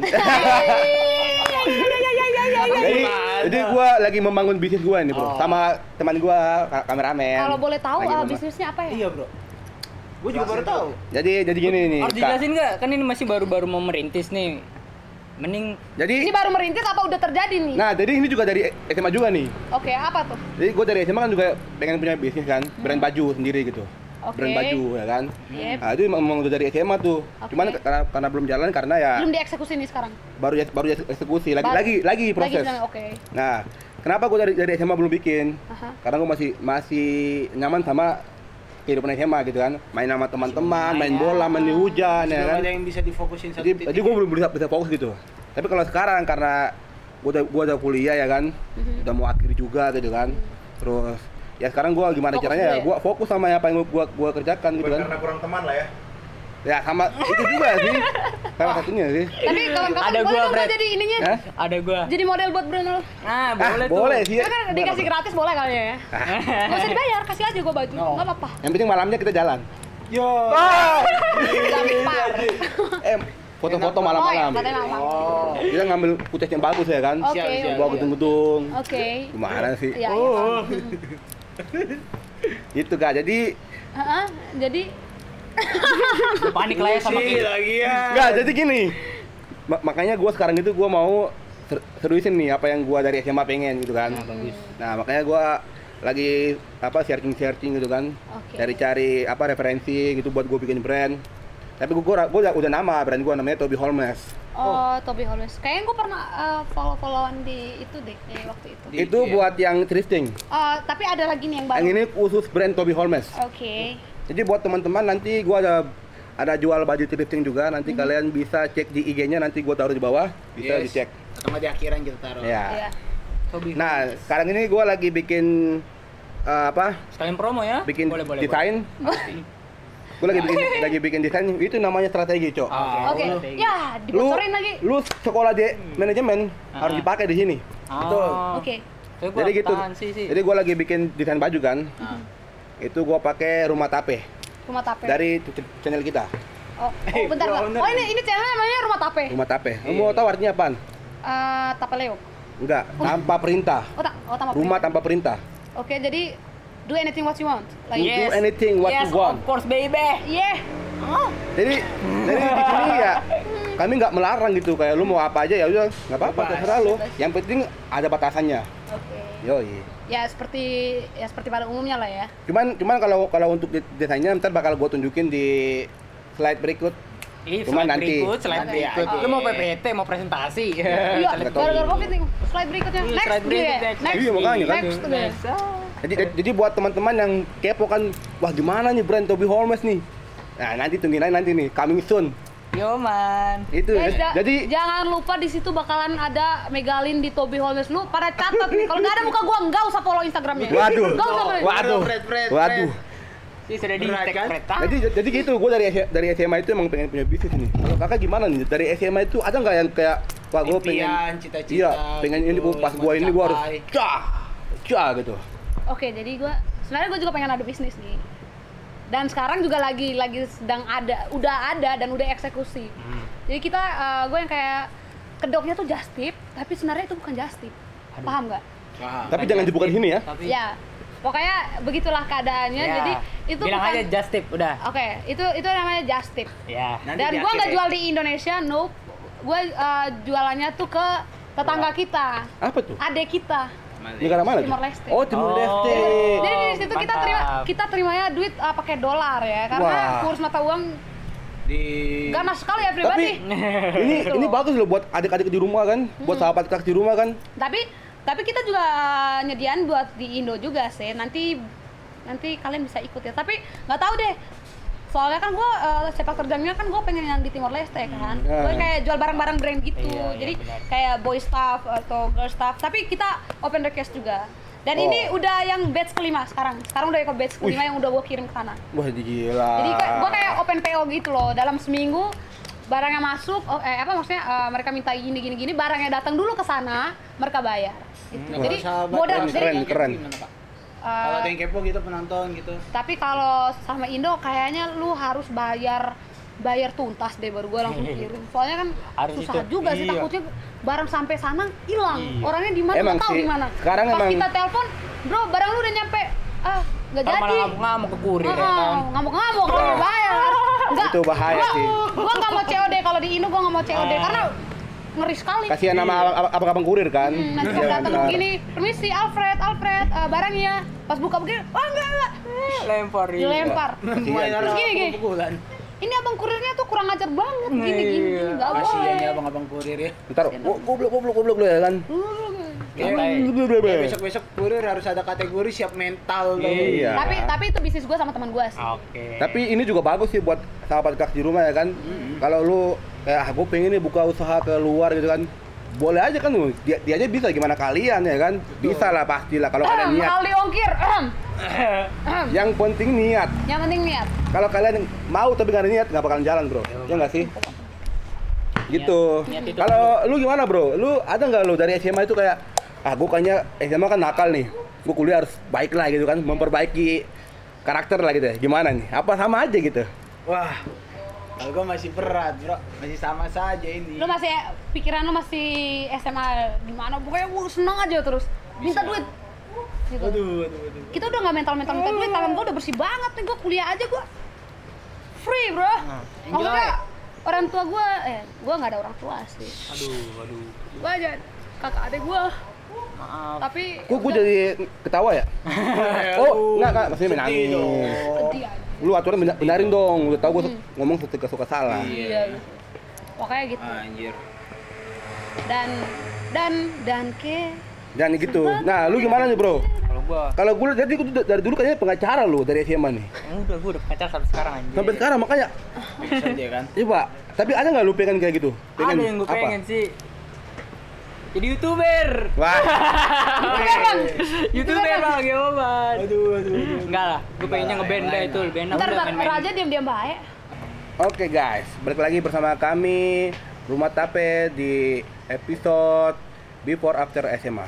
Iya, jadi Gimana? jadi gua lagi membangun bisnis gua ini bro, Oh. sama teman gua ka- kameramen. Kalau boleh tahu Lagi ah, memang- bisnisnya apa ya? Iya, Bro. Gue juga baru tahu. Jadi jadi gini nih. Harus Kak. dijelasin nggak? Kan ini masih baru-baru mau merintis nih. Mending Jadi Ini baru merintis apa udah terjadi nih? nah, jadi ini juga dari S M A juga nih. Oke, apa tuh? Jadi gua dari S M A kan juga pengen punya bisnis kan, brand baju sendiri gitu. Oke. Brand baju ya kan. Yep. Nah, itu memang udah dari S M A tuh. Oke. Cuman karena karena belum jalan karena ya Belum dieksekusi nih sekarang. baru ya- baru eksekusi lagi Baru- lagi lagi proses. Lagi, oke. Nah, kenapa gue dari dari S M A belum bikin? Aha. Karena gue masih masih nyaman sama kehidupan S M A gitu kan, main sama teman-teman, main bola, main di hujan ya Belum kan. ada yang bisa difokusin satu Jadi titik. jadi gue belum bisa bisa fokus gitu. Tapi kalau sekarang karena gue udah gua udah kuliah ya kan, Mhm. udah mau akhir juga gitu kan. Terus ya sekarang gue gimana Fokus caranya dulu ya? ya? Gue fokus sama apa yang gue gua kerjakan gitu kan. Karena kurang teman lah ya. Ya sama itu juga sih. Salah satunya sih. Tapi kawan-kawan Ada boleh gua, dong gua Fred. jadi ininya. Hah? ada gua. Jadi model buat brand lo. Ah, Ah, boleh tuh. boleh sih. Itu kan dikasih gratis boleh kali ya? Gak usah dibayar, kasih aja gua baju. No. Gak apa-apa. Yang penting malamnya kita jalan. Yo. Gampar. Eh, foto-foto Oh, ya, malam-malam. katanya malam. Oh. Kita ngambil footage yang bagus ya kan. Oke. Siap, siap. Bawa gedung-gedung. Oke. Gimana sih? Iya, iya. Oh. Gitu kak. Jadi Heeh, jadi Lu panik lah ya sama Sih, kita. lagi ya. enggak, jadi gini. Ma- makanya gua sekarang itu gua mau ser- seriusin nih apa yang gua dari S M A pengen gitu kan. Nah, bagus. Nah, makanya gua lagi apa searching-searching gitu kan. Oke. Cari-cari apa referensi gitu buat gua bikin brand. Tapi gua, gua, gua udah, udah nama brand gua namanya Toby Holmes. Oh, Toby Holmes. Kayaknya gue pernah uh, follow-followan di itu deh, di waktu itu. Di Itu I G ya? buat yang thrifting. Uh, tapi ada lagi nih yang baru. Yang ini khusus brand Toby Holmes. Oke. Jadi buat teman-teman nanti gua ada ada jual baju thrifting juga. Nanti kalian bisa cek di I G-nya, nanti gua taruh di bawah, bisa Yes. dicek. Atau nggak di akhiran kita taruh. Ya. Iya. Hobi. Nah, sekarang ini gua lagi bikin uh, apa? sekalian promo ya. Bikin boleh, boleh, desain. Gua lagi bikin lagi bikin desain. Itu namanya strategi, Cok. Ah, Oke. boleh. Ya, Lu dibocorin lagi. lu sekolah di manajemen Ah. harus dipakai di sini. Ah. Betul. Oke. Tapi gua Jadi gitu. tahan sih, sih. Jadi gua lagi bikin desain baju kan. Ah. Itu gua pakai rumah tape Rumah tape. dari ch- channel kita. Oh, oh Eh, bentar, bro, bentar. bener. Oh, ini ini channelnya namanya Rumah Tape. Rumah tape. Kamu mau tahu artinya apaan? Eh, tape Leo. Enggak, tanpa perintah. Oh, tak, oh tanpa Rumah perintah. tanpa perintah. Oke, jadi do anything what you want. Like, Do anything what yes, you want. of course, baby. yeah. Oh, Jadi jadi di sini ya kami nggak melarang gitu, kayak lu mau apa aja ya udah nggak apa-apa Bebas. terserah lu. Yang penting ada batasannya. Oke. Yoi. Ya seperti ya seperti pada umumnya lah ya. Cuman cuman kalau kalau untuk de- desainnya ntar bakal gue tunjukin di slide berikut. Ih, Cuma slide nanti. berikut, slide Nanti berikut. aja. Lu mau P P T, mau presentasi. Iya, nggak tahu. gara-gara covid nih. Slide berikutnya. Iya, Next slide gitu ya. berikutnya. Next. Iya, makanya kan. Next tuh deh. Jadi jadi buat teman-teman yang kepo kan, wah gimana nih brand Toby Holmes nih? Nah nanti tungguin aja nanti nih, coming soon. Yo man. Itu. Guys, ja- jadi jangan lupa di situ bakalan ada Megalin di Toby Holmes. Lu pada catat nih. Kalau nggak ada muka gua enggak usah follow Instagramnya. Waduh. Enggak usah follow. Waduh. Fred, Fred, Waduh. Sih sudah di Berat, tag kan? kereta. Jadi jadi gitu, gue dari dari S M A itu emang pengen punya bisnis nih. Kalau kakak gimana nih? Dari S M A itu ada nggak yang kayak, wah gue pengen, Impian, cita-cita iya, pengen ini gitu, pas yang gue mau ini gue harus capai. cah, cah gitu. Oke, jadi gua sebenarnya gua juga pengen ada bisnis nih. Dan sekarang juga lagi lagi sedang ada, udah ada dan udah eksekusi. Hmm. Jadi kita eh, gue yang kayak kedoknya tuh just tip, tapi sebenarnya itu bukan just tip. Paham nggak? Paham. Tapi jangan dibuka di sini ya. Tapi Ya. Pokoknya begitulah keadaannya. ya, Jadi itu bilang bukan aja just tip udah. Oke, itu itu namanya just tip. Ya. Nanti Dan di gua akhir nggak ya. jual di Indonesia, nope. Gue eh, jualannya tuh ke tetangga kita, Apa tuh? adek kita. Negara mana tuh? Timor Leste. Oh Timor Oh. Leste. Jadi dari situ kita Mantap. terima kita terimanya duit uh, pakai dolar ya, karena Wah. kurs mata uang Di ganas sekali ya Tapi pribadi. ini Gitu. ini bagus loh buat adik-adik di rumah kan, buat sahabat kakak di rumah kan. Tapi tapi kita juga uh, nyediain buat di Indo juga sih. Nanti nanti kalian bisa ikut ya. Tapi nggak tahu deh. Soalnya kan gue uh, sepak terjangnya kan gue pengen yang di Timor Leste kan. Hmm. Gue kayak jual barang-barang brand gitu. Iya, iya, Jadi benar. kayak boy stuff atau girl stuff. Tapi kita open request juga. Dan Oh. ini udah yang batch kelima sekarang. Sekarang udah ke batch kelima yang udah gue kirim ke sana. Wah gila. Jadi gue kayak open P O gitu loh. Dalam seminggu barangnya masuk, oh, eh apa maksudnya eh, mereka minta gini gini gini, barangnya datang dulu ke sana, mereka bayar. Gitu. Nah, Jadi sahabat modal yang jadi keren, kepo keren. gimana, Pak? eh, Kalau ada yang kepo gitu penonton gitu. tapi kalau sama Indo kayaknya lu harus bayar bayar tuntas deh baru gue langsung kirim. Soalnya kan Harus susah itu. juga sih, Iya. takutnya barang sampai sana hilang. Iya. Orangnya di mana Emang nggak tahu sih, di mana. sekarang Pas emang- kita telepon, bro barang lu udah nyampe, ah nggak Kalau jadi. malah ngamuk-ngamuk ke kurir ya kan. Oh, ngamuk-ngamuk kalau mau bayar. Enggak. Itu bahaya gua, sih. Gua nggak mau C O D kalau di Indo, gua nggak mau C O D Ah. karena ngeri sekali. Kasihan nama ab- abang-abang kurir kan. Hmm, nanti Iya, pas datang benar. begini, permisi Alfred, Alfred, eh, barangnya. Pas buka begini, wah enggak enggak. Lempar iya. Dilempar. Main Terus gini gini. pukulan. Ini abang kurirnya tuh kurang ajar banget gini gini. Iya. Enggak Kasihan ya boleh. abang-abang kurir ya. Ntar go- goblok goblok goblok lu ya kan. Santai. Ya, besok-besok kurir harus ada kategori siap mental tuh. Iya. Tapi tapi itu bisnis gua sama teman gua sih. Oke. Tapi ini juga bagus sih buat sahabat kak di rumah ya kan. Kalau lu kayak ah, gue pengen nih buka usaha ke luar gitu kan. Boleh aja kan lu. Dia, dia aja bisa gimana kalian ya kan. Bisa lah pastilah kalau kalian Ehem, niat. kali ongkir. Ehem. Ehem. Yang penting niat. Yang penting niat. Kalau kalian mau tapi nggak ada niat nggak bakalan jalan bro. Ya nggak sih? Gitu. niat itu Kalau lu gimana bro? Lu ada nggak lu dari S M A itu kayak ah gue kayaknya S M A kan nakal nih. Gue kuliah harus baik lah gitu kan, memperbaiki karakter lah gitu ya. Gimana nih? Apa sama aja gitu? Wah. Kalau gua masih berat, Bro. Masih sama saja ini. Lu masih pikiran lu masih S M A gimana? Pokoknya gua seneng aja terus. Minta duit. Gitu. Aduh, aduh, aduh. Kita udah nggak mental-mental minta duit, tangan gua udah bersih banget nih, gua kuliah aja gua free, bro. Nah, Maksudnya orang tua gua, eh gua nggak ada orang tua sih. Aduh, aduh. Gua aja kakak adik gua. Maaf. Tapi Kok gue jadi ketawa ya? Oh, enggak kak, maksudnya Sedih menangis. dong. sedih aja. Lu aturan benar- benarin dong, lu tau gue ngomong suka suka salah. Iya. gitu. Pokoknya gitu. Anjir. Dan dan dan ke Jangan gitu. Nah, lu gimana nih bro? Kalau gua Kalau gue jadi gue tuh dari dulu kayaknya pengacara lu dari S M A nih. yang udah gua udah pacar sampai sekarang anjir. Sampai sekarang makanya. Bisa aja kan. Coba. Tapi ada nggak lu pengen kayak gitu? Pengen Ada yang gua apa? pengen sih. Jadi YouTuber. Wah. YouTuber Bang, ya Bang. Aduh, aduh, aduh. Enggak lah, gua pengennya Enggak, ngeband yang dah lain itu, lah. lebih enak ntar udah ntar main-main. aja diam-diam baik. Oke guys, balik lagi bersama kami Rumah Tape di episode Before After S M A.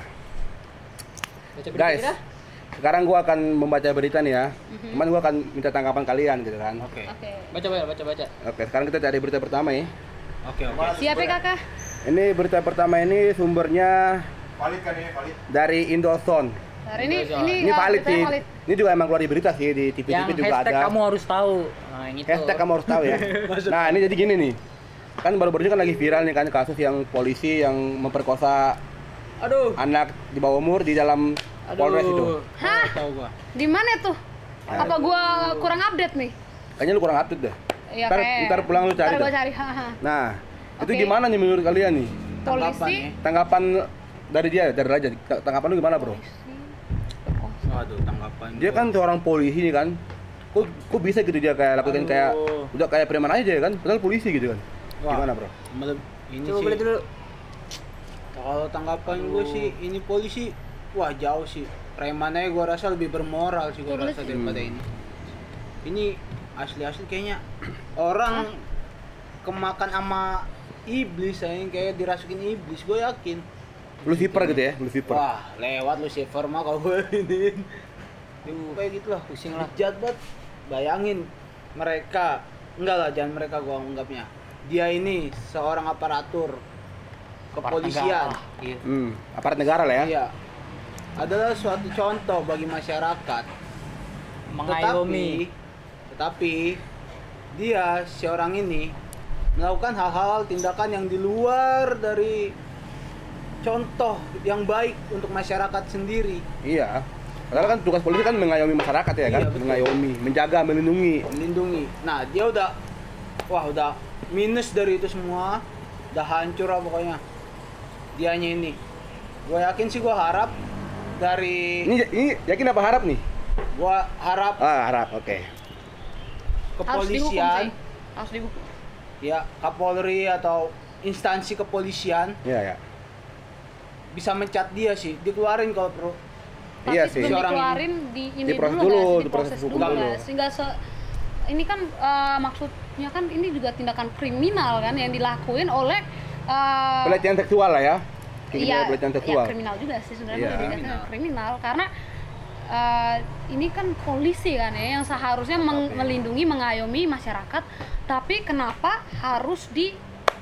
Baca berita Guys, kita? sekarang gua akan membaca berita nih ya. Cuman gua akan minta tanggapan kalian gitu kan. Oke. Oke. Baca baca baca baca. Oke, sekarang kita cari berita pertama ya. Oke, oke. Siap ya kakak? Ini berita pertama ini sumbernya Valid kan ini, valid. dari Indozone. Nah, ini Baca. ini Ini uh, valid beritanya sih. valid. Ini juga emang keluar di berita sih di T V T V Yang juga hashtag ada. kamu harus tahu. Nah, yang itu. Hashtag kamu harus tahu ya. Nah, ini jadi gini nih. Kan baru-baru ini kan lagi viral nih kan kasus yang polisi yang memperkosa Aduh. anak di bawah umur di dalam Aduh. Polres itu. Hah? Tahu gua. Di mana tuh? Apa gua kurang update nih? Kayaknya lu kurang update dah. Iya, ntar, kayak- ntar pulang lu cari. Ntar gua dah. cari. Haha. Nah, itu Oke. gimana nih menurut kalian nih? Tanggapan Polisi. ya. Tanggapan dari dia, dari Raja. Tanggapan lu gimana, Bro? Waduh, tanggapan. Dia gua. kan seorang polisi nih kan. Kok, kok bisa gitu dia kayak lakukan Aduh. kayak udah kayak preman aja ya kan? Padahal polisi gitu kan. Wah, Gimana, Bro? meleb- ini Coba sih. boleh dulu. Kalau tanggapan gue sih ini polisi wah jauh sih. Preman aja gue rasa lebih bermoral sih gue Betul rasa sih. daripada ini. Ini asli-asli kayaknya orang kemakan sama iblis aja kayak dirasukin iblis gue yakin. Lucifer gitu ya, Lucifer. Wah, lewat Lucifer mah kalau gue ini. Kayak gitu lah, Pusing lah. Jahat banget. Bayangin mereka, enggak lah jangan mereka gua anggapnya. Dia ini seorang aparatur kepolisian. Iya. Hmm, aparat negara lah ya. Iya. Adalah suatu contoh bagi masyarakat. Mengayomi. Tetapi, tetapi dia si orang ini melakukan hal-hal tindakan yang di luar dari contoh yang baik untuk masyarakat sendiri. Iya. Padahal kan tugas polisi kan mengayomi masyarakat ya kan, Iya, betul. mengayomi, menjaga, melindungi. Melindungi. Nah, dia udah wah udah minus dari itu semua. Udah hancur lah pokoknya. Dianya ini. Gua yakin sih gua harap dari Ini ini yakin apa harap nih? gua harap Ah, harap, oke. Harus dihukum kepolisian sih. Harus dihukum. ya Kapolri atau instansi kepolisian Iya, ya. bisa mencat dia sih, dikeluarin kalau perlu. Tapi Iya sih. sebelum Si orang dikeluarin di ini Diproses dulu, dulu, nggak sih? diproses diproses hukum dulu dulu. nggak sih? Nggak se ini kan eh, maksudnya kan ini juga tindakan kriminal kan yang dilakuin oleh eh, Pelecehan seksual lah ya. Kayak iya, gitu, pelecehan iya, seksual. kriminal juga sih sebenarnya Iya. udah dikatakan Kriminal. kriminal karena eh, ini kan polisi kan ya yang seharusnya meng- Oke. melindungi mengayomi masyarakat, tapi kenapa harus di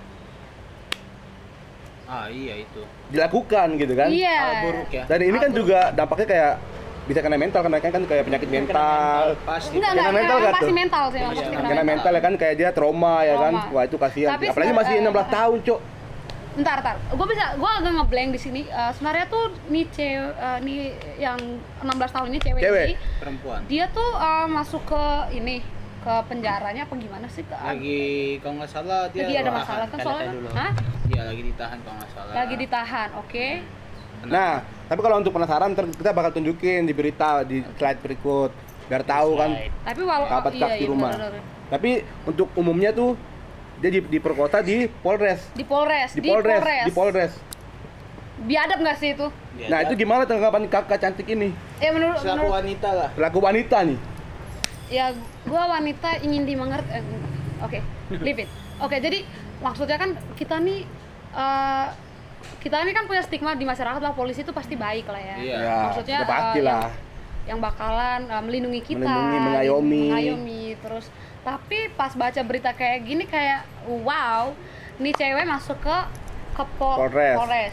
Ah iya itu. Dilakukan gitu kan. iya Hal buruk ya. Dan ini kan Hal juga dampaknya kayak bisa kena mental, kena kan kayak penyakit mental. Pasti. enggak Kena enggak mental enggak, nggak pasti tuh? mental sih Iya, pasti kena kena Kena mental. mental ya kan kayak dia trauma ya kan. Trauma. Wah, itu kasihan. Tapi Apalagi sebenarnya- masih enam belas tahun, Cok. Ntar, ntar. Gue bisa, gue agak ngeblank di sini. Eh, sebenarnya tuh nih cewek, eh, nih yang enam belas tahun ini cewek, Cewek. ini, Perempuan. dia tuh eh, masuk ke ini ke penjaranya apa gimana sih? Ke, Lagi kalau nggak salah dia lagi ada ditahan. masalah kan Tanda soalnya. dulu. Hah? Iya lagi ditahan kalau nggak salah. Lagi ditahan, oke. Nah, tapi kalau untuk penasaran ntar kita bakal tunjukin di berita di slide berikut biar tahu kan Slide. Tapi walau kapan iya, di iya, rumah. benar, benar. Tapi untuk umumnya tuh dia di, diperkosa di Polres. Di Polres, Di Polres, di Polres. Biadab nggak sih itu? Dia Nah, ada- itu gimana tanggapan kakak cantik ini? Ya menurut, selaku menurut wanita lah. Selaku wanita nih. ya gua wanita ingin dimengerti. eh, Oke, leave it. Oke, jadi maksudnya kan kita nih eh, kita ini kan punya stigma di masyarakat bahwa polisi itu pasti baik lah ya. Iya. Ya, Maksudnya udah pasti eh, lah. yang, yang bakalan eh, melindungi kita, Melindungi, mengayomi. mengayomi, terus tapi pas baca berita kayak gini kayak wow, nih cewek masuk ke ke pol- Polres. Polres.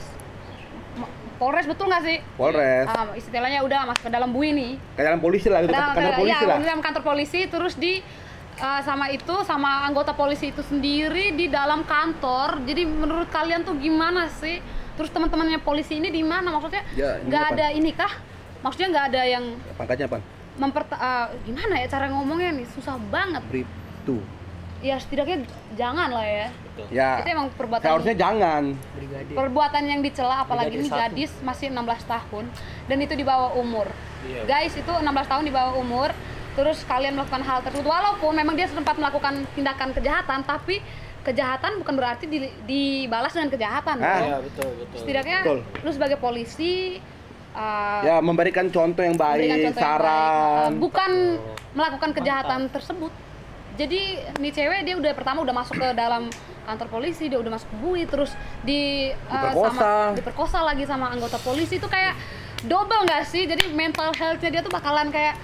Ma- Polres betul nggak sih? Polres. Ah, istilahnya udah masuk ke dalam bui nih. Kayak dalam polisi lah, gitu, Dalam- kantor iya, polisi lah. dalam kantor polisi terus di uh, sama itu sama anggota polisi itu sendiri di dalam kantor. Jadi menurut kalian tuh gimana sih? Terus teman-temannya polisi ini di mana? Maksudnya Ya, ini nggak apa? ada ini kah? Maksudnya nggak ada yang Pangkatnya apa? memper gimana ya cara ngomongnya nih susah banget. Bribtu. Ya setidaknya jangan lah ya. Betul. Ya. Itu emang perbuatan Seharusnya jangan. Brigadir. perbuatan yang dicela apalagi Brigadir ini satu. gadis masih enam belas tahun dan itu di bawah umur. Iya. Guys, itu enam belas tahun di bawah umur. Terus kalian melakukan hal tersebut walaupun memang dia sempat melakukan tindakan kejahatan, tapi kejahatan bukan berarti di- dibalas dengan kejahatan. Ah. dong. Iya betul betul. Setidaknya Betul. lu sebagai polisi uh, Ya, memberikan contoh yang memberikan baik, contoh yang saran. baik. Uh, bukan melakukan kejahatan tersebut. Jadi nih cewek dia udah pertama udah masuk ke dalam kantor polisi, dia udah masuk ke bui, terus di uh, Diperkosa. sama diperkosa lagi sama anggota polisi itu kayak double nggak sih? Jadi mental health-nya dia tuh bakalan kayak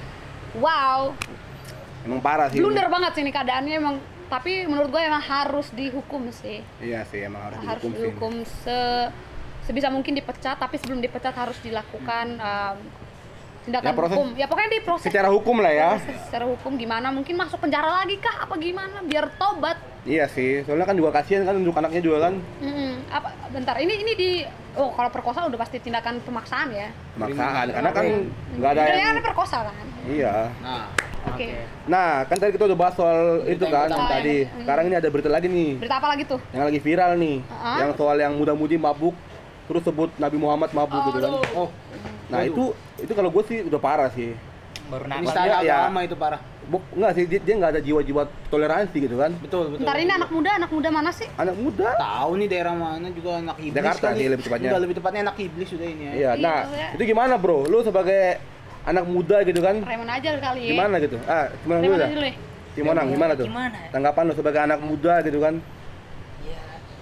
wow, Emang parah sih. blunder banget sih ini keadaannya emang. Tapi menurut gue emang harus dihukum sih. Iya sih, emang harus Harus dihukum, sih. dihukum se sebisa mungkin dipecat, tapi sebelum dipecat harus dilakukan um, tindakan Ya, proses- hukum. Ya pokoknya diproses Secara hukum lah ya. proses secara hukum gimana? Mungkin masuk penjara lagi kah? Apa gimana? Biar tobat. Iya sih, soalnya kan juga kasihan kan untuk anaknya juga kan. Mm-mm. Apa? Bentar, ini ini di oh kalau perkosa udah pasti tindakan pemaksaan ya. Pemaksaan, karena kan nggak ada Judulnya yang... kan perkosa kan. Iya. Nah, Oke. Nah, kan tadi kita udah bahas soal itu Berita kan yang pertama. tadi. Hmm. Sekarang ini ada berita lagi nih, Berita apa lagi tuh? yang lagi viral nih, Ah. yang soal yang muda-mudi mabuk, terus sebut Nabi Muhammad mabuk gitu kan. oh, Nah itu itu kalau gue sih udah parah sih. Baru ini nangis. style ya. agama itu parah. Buk, enggak sih, dia, dia nggak ada jiwa-jiwa toleransi gitu kan. Betul, betul. Ntar ini anak muda, anak muda mana sih? Anak muda. Tahu nih daerah mana juga anak iblis Jakarta kali. sih lebih tepatnya. Udah lebih tepatnya anak iblis sudah ini ya. Iya, Iya, nah maksudnya- itu gimana bro? Lu sebagai anak muda gitu kan, Raymond aja kali ya. gimana gitu? Ah, gimana dulu Raymond dah? aja dulu ya. Timonang, gimana tuh? Gimana ya? Tanggapan lu sebagai anak muda gitu kan? Ya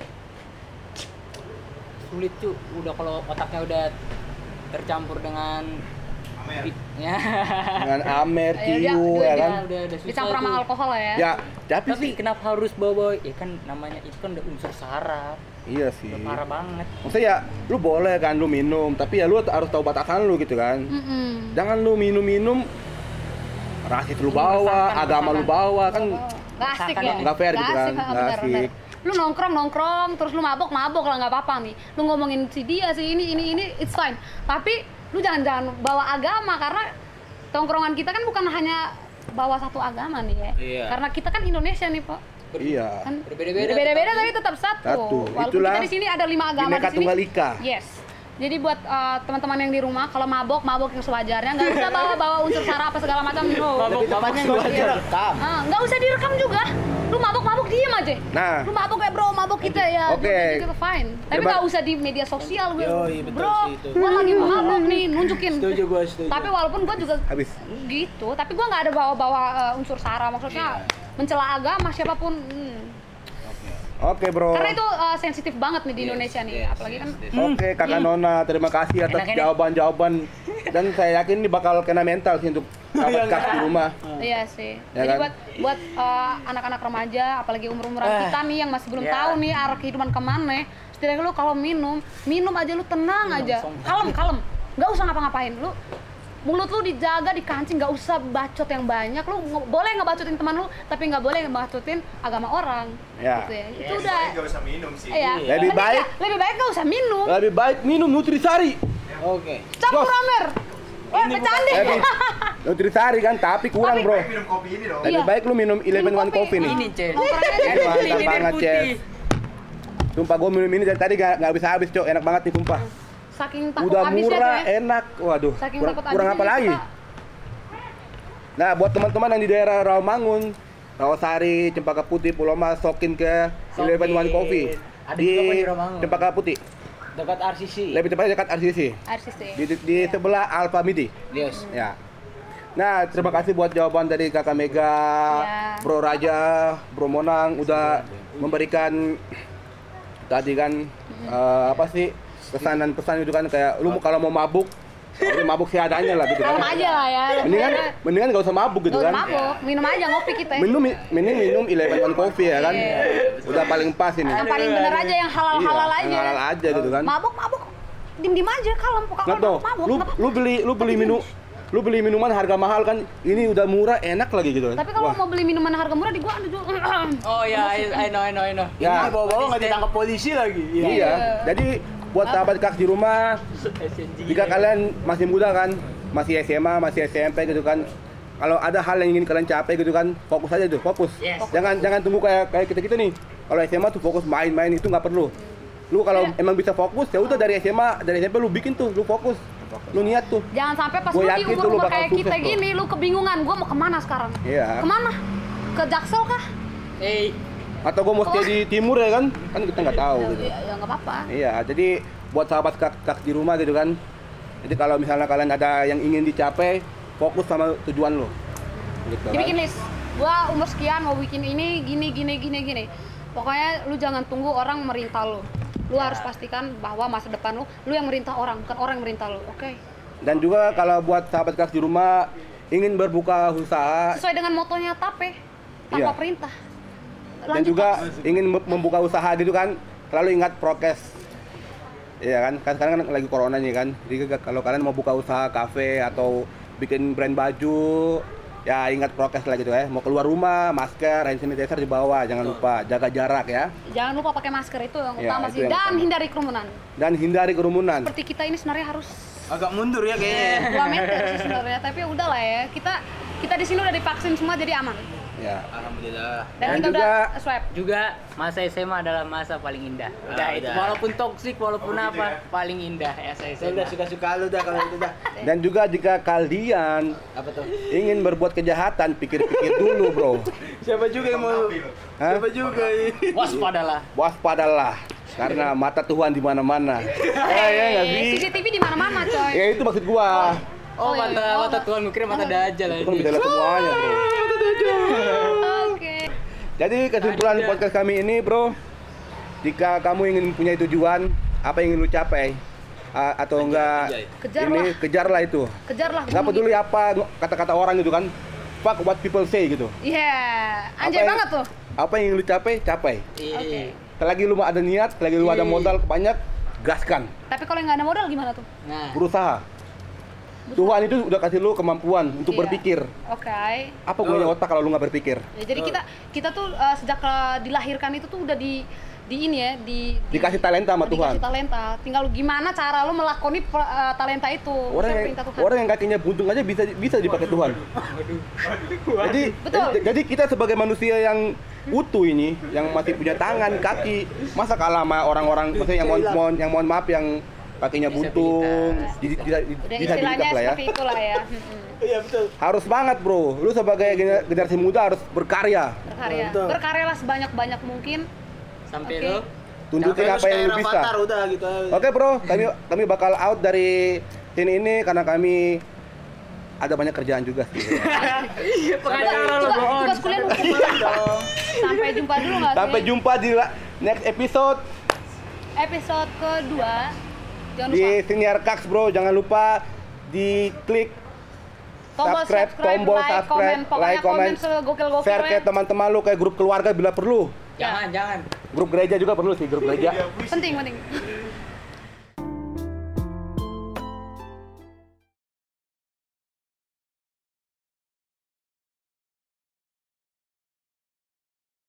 sulit cuy, udah kalau otaknya udah tercampur dengan Amer. ya. Dengan Amer, Iya, dia- Ciu, dia- ya Ya, kan? udah udah susah Dicampur sama tuh. alkohol lah ya. Ya, tapi, Tapi sih, kenapa harus bawa-bawa? Ya kan namanya itu kan udah unsur sara. iya sih. Udah parah banget. Maksudnya ya, lu boleh kan lu minum, tapi ya lu harus tahu batasan lu gitu kan. Mm-mm. Jangan lu minum-minum rasis lu bawa, Meresahkan, agama lu meresahkan. bawa kan. Gak asik ya? Nggak fair gitu kan, asik, ha, nggak benar, asik. benar. Lu nongkrong nongkrong, terus lu mabok mabok lah nggak apa-apa nih. Lu ngomongin si dia si ini ini ini it's fine. Tapi lu jangan jangan bawa agama karena tongkrongan kita kan bukan hanya bawa satu agama nih ya. Iya. Karena kita kan Indonesia nih Pak. Iya. Kan Berbeda-beda, beda-beda tapi- tapi tetap satu. Satu. Walaupun Itulah kita di sini ada lima agama Bhinneka di sini. Tunggal Ika. Yes. Jadi buat uh, teman-teman yang di rumah kalau mabok mabok yang sewajarnya, nggak usah bawa bawa unsur sara apa segala macam. No. Lebih tepatnya nggak usah direkam. Ah, nggak usah direkam juga. Lu mabok-mabok diem aja. Nah. Lu mabok ya bro, mabok kita ya. Oke. Gitu, fine. Tapi Coba- nggak usah di media sosial gue. Yoi, betul Bro, sih itu. gua lagi mabok nih, nunjukin. Setuju gua, setuju. Tapi walaupun gua juga Habis. gitu, tapi gua nggak ada bawa-bawa uh, unsur sara, maksudnya mencela agama siapapun. Hmm. Oke bro. Karena itu uh, sensitif banget nih di Yes, Indonesia nih, yes, apalagi yes, kan. yes. Oke kakak Nona, terima kasih atas Enak ini. jawaban-jawaban dan saya yakin ini bakal kena mental sih untuk sahabat kak di rumah. Iya sih. Ya Jadi kan? buat buat uh, anak-anak remaja, apalagi umur-umuran Ah. kita nih yang masih belum Ya. tahu nih arah kehidupan kemana. Setidaknya lu kalau minum, minum aja lu tenang aja, langsung. kalem kalem. Nggak usah ngapa-ngapain. Lu mulut lu dijaga, dikancing, nggak usah bacot yang banyak. Lu nge- boleh ngebacotin teman lu, tapi nggak boleh ngebacotin agama orang. Ya. Gitu ya. Itu Yes, udah. paling nggak usah minum sih. Iya. Lebih Lebih baik- nggak- lebih baik nggak usah minum. Lebih baik minum Nutrisari. Oke. Campur Jos. Amer. Eh, bercanda. Lebih Nutrisari kan, tapi kurang Tapi- bro. Baik minum kopi ini dong. Lebih Iya. baik lu minum Eleven Minum One kopi. Coffee nih. Ini, Cek. Nongkrongnya Ini aja. mantap Liner banget, putih. Cek. Sumpah gue minum ini dari tadi gak, gak bisa habis, Cok. Enak banget nih, sumpah. Saking takut Udah habisnya tuh murah, ya. enak. Waduh, Saking kurang, takut kurang apa habisnya lagi? kita- Nah, buat teman-teman yang di daerah Rawamangun, Rawasari, Cempaka Putih, Pulau Mas, sokin ke Eleven One Coffee. Ada Di juga kok di Rawamangun. Cempaka Putih. Dekat R C C. Lebih tepatnya dekat R C C. R C C. Di, di, di sebelah Alfa Midi. Yes. Ya. Nah, terima kasih buat jawaban dari Kakak Mega, Ya. Bro Raja, Bro Monang udah memberikan tadi kan eh, apa sih pesan dan pesan itu kan kayak lu kalau mau mabuk, lu mabuk seadanya lah gitu Kalem kan. aja lah ya. Mendingan mendingan gak usah mabuk gitu Nggak kan. usah mabuk, minum aja ngopi kita. Minum mending minum Eleven One Coffee ya kan. Udah paling pas ini. Yang paling bener aja, yang halal-halal Iya, aja. yang halal aja gitu kan. Mabuk, mabuk. Dim-dim aja, kalem. Pokoknya Nggak tuh, mabuk, mabuk. lu nggak apa-apa. lu beli lu beli minum lu beli minuman harga mahal kan, ini udah murah enak lagi gitu kan. Tapi kalau Wah. mau beli minuman harga murah di gua ada juga. Oh ya, I, I know, I know, I know. Ya. Ini bawa-bawa nggak ditangkap polisi lagi. Iya. Jadi buat sahabat kak di rumah, jika kalian masih muda kan, masih S M A, masih S M P gitu kan, kalau ada hal yang ingin kalian capai gitu kan, fokus aja tuh, fokus. Yes. Jangan jangan tunggu kayak kayak kita kita nih. Kalau S M A tuh fokus main-main itu nggak perlu. Lu kalau Iya. emang bisa fokus, ya udah dari S M A, dari S M P lu bikin tuh, lu fokus, lu niat tuh. Jangan sampai pas Gua lu di yakin tuh lu umur-umur bakal kayak kita sukses, bro. gini, lu kebingungan. Gua mau kemana sekarang? Iya. Kemana? Ke Jaksel kah? Eh, Atau gua mau stay di timur ya kan? Kan kita nggak tahu gitu. Ya, ya nggak apa-apa. Iya, jadi buat sahabat kak, kak di rumah gitu kan. Jadi kalau misalnya kalian ada yang ingin dicapai, fokus sama tujuan lo. Gitu Dibikin kan. list. Gua umur sekian mau bikin ini, gini, gini, gini, gini. Pokoknya lu jangan tunggu orang merintah lu. Lu Ya. harus pastikan bahwa masa depan lu, lu yang merintah orang, bukan orang yang merintah lu. Oke. Dan juga kalau buat sahabat kak di rumah ingin berbuka usaha Sesuai dengan motonya Tape, tanpa Iya. perintah. dan Lanjut, juga Pak. ingin mem- membuka usaha gitu kan, selalu ingat prokes. Iya kan? Kan sekarang kan lagi corona nih kan. Jadi kalau kalian mau buka usaha kafe atau bikin brand baju, ya ingat prokes lah gitu ya. Mau keluar rumah, masker, hand sanitizer dibawa, jangan lupa jaga jarak ya. Jangan lupa pakai masker itu yang Ya, utama itu sih yang dan utama. hindari kerumunan. Dan hindari kerumunan. Seperti kita ini sebenarnya harus Agak mundur ya kayaknya. dua meter sih sebenarnya, tapi ya udah lah ya. Kita kita di sini udah divaksin semua jadi aman. Ya. Alhamdulillah. Dan, Dan kita juga- udah swab. Juga masa S M A adalah masa paling indah. Udah Ah, itu udah. walaupun toksik walaupun Oh, gitu apa ya? paling indah ya saya Saya udah suka-suka lu dah kalau itu dah. Dan juga jika kalian Apa tuh? ingin berbuat kejahatan, pikir-pikir dulu, Bro. Siapa juga yang mau? Hah? Siapa juga ini? Waspadalah. Waspadalah karena mata Tuhan di mana-mana. Ya, ya nggak sih? C C T V di mana-mana, coy. Ya itu maksud gua. Oh, Oh, iya. mata Oh, mata Tuhan mikir mata dajal Itu kan aja. bisa lihat semuanya, Bro. Oke. Jadi kesimpulan Ada. podcast kami ini, Bro, jika kamu ingin mempunyai tujuan, apa yang ingin lu capai? A- atau enggak Kejar ini lah. kejarlah itu. Kejarlah. Enggak peduli apa kata-kata orang gitu kan. Fuck what people say gitu. Iya, anjay Apa yang- banget tuh. Apa yang ingin lu capai, capai. Iya. Oke. Selagi lu ada niat, selagi lu ada modal banyak, gaskan. Tapi kalau nggak ada modal gimana tuh? Nah, Berusaha. Tuhan itu udah kasih lu kemampuan untuk Iya. berpikir. Oke. Apa gunanya otak kalau lu nggak berpikir? Ya, jadi kita kita tuh uh, sejak uh, dilahirkan itu tuh udah di di ini ya, di, di Dikasih talenta sama Tuhan. Dikasih talenta. Tinggal gimana cara lu melakoni uh, talenta itu. Orang Sesuai yang, perintah Tuhan. orang yang kakinya buntung aja bisa bisa dipakai Tuhan. Jadi, Betul. jadi jadi kita sebagai manusia yang utuh ini, yang masih punya tangan, kaki, masa kalah sama orang-orang maksudnya yang mohon, mohon yang mohon maaf yang kakinya buntung, di- di- di- Udah bisa istilahnya dididak lah ya. seperti itulah ya. Mm-mm. Iya betul. Harus banget, Bro. Lu sebagai gener- generasi muda harus berkarya. Berkarya. Betul. Berkaryalah sebanyak-banyak mungkin. sampai Oke. lo Tunjukin Jangan apa yang lu kayak bisa. Rafathar, udah gitu. Oke, Bro. Kami kami bakal out dari sini ini karena kami ada banyak kerjaan juga sih. pengacara lo Tugas, bohong. tugas kuliah hukum dong. Sampai jumpa dulu nggak sih? Sampai jumpa di la- next episode Episode kedua. Jangan di lupa Siniar Kaks, Bro. Jangan lupa di klik tombol subscribe, tombol like, subscribe, komen, pokoknya like, komen, komen segokil-gokilnya. share ke teman-teman lu kayak grup keluarga bila perlu. Jangan, jangan. Grup gereja juga perlu sih, grup gereja. Penting, penting.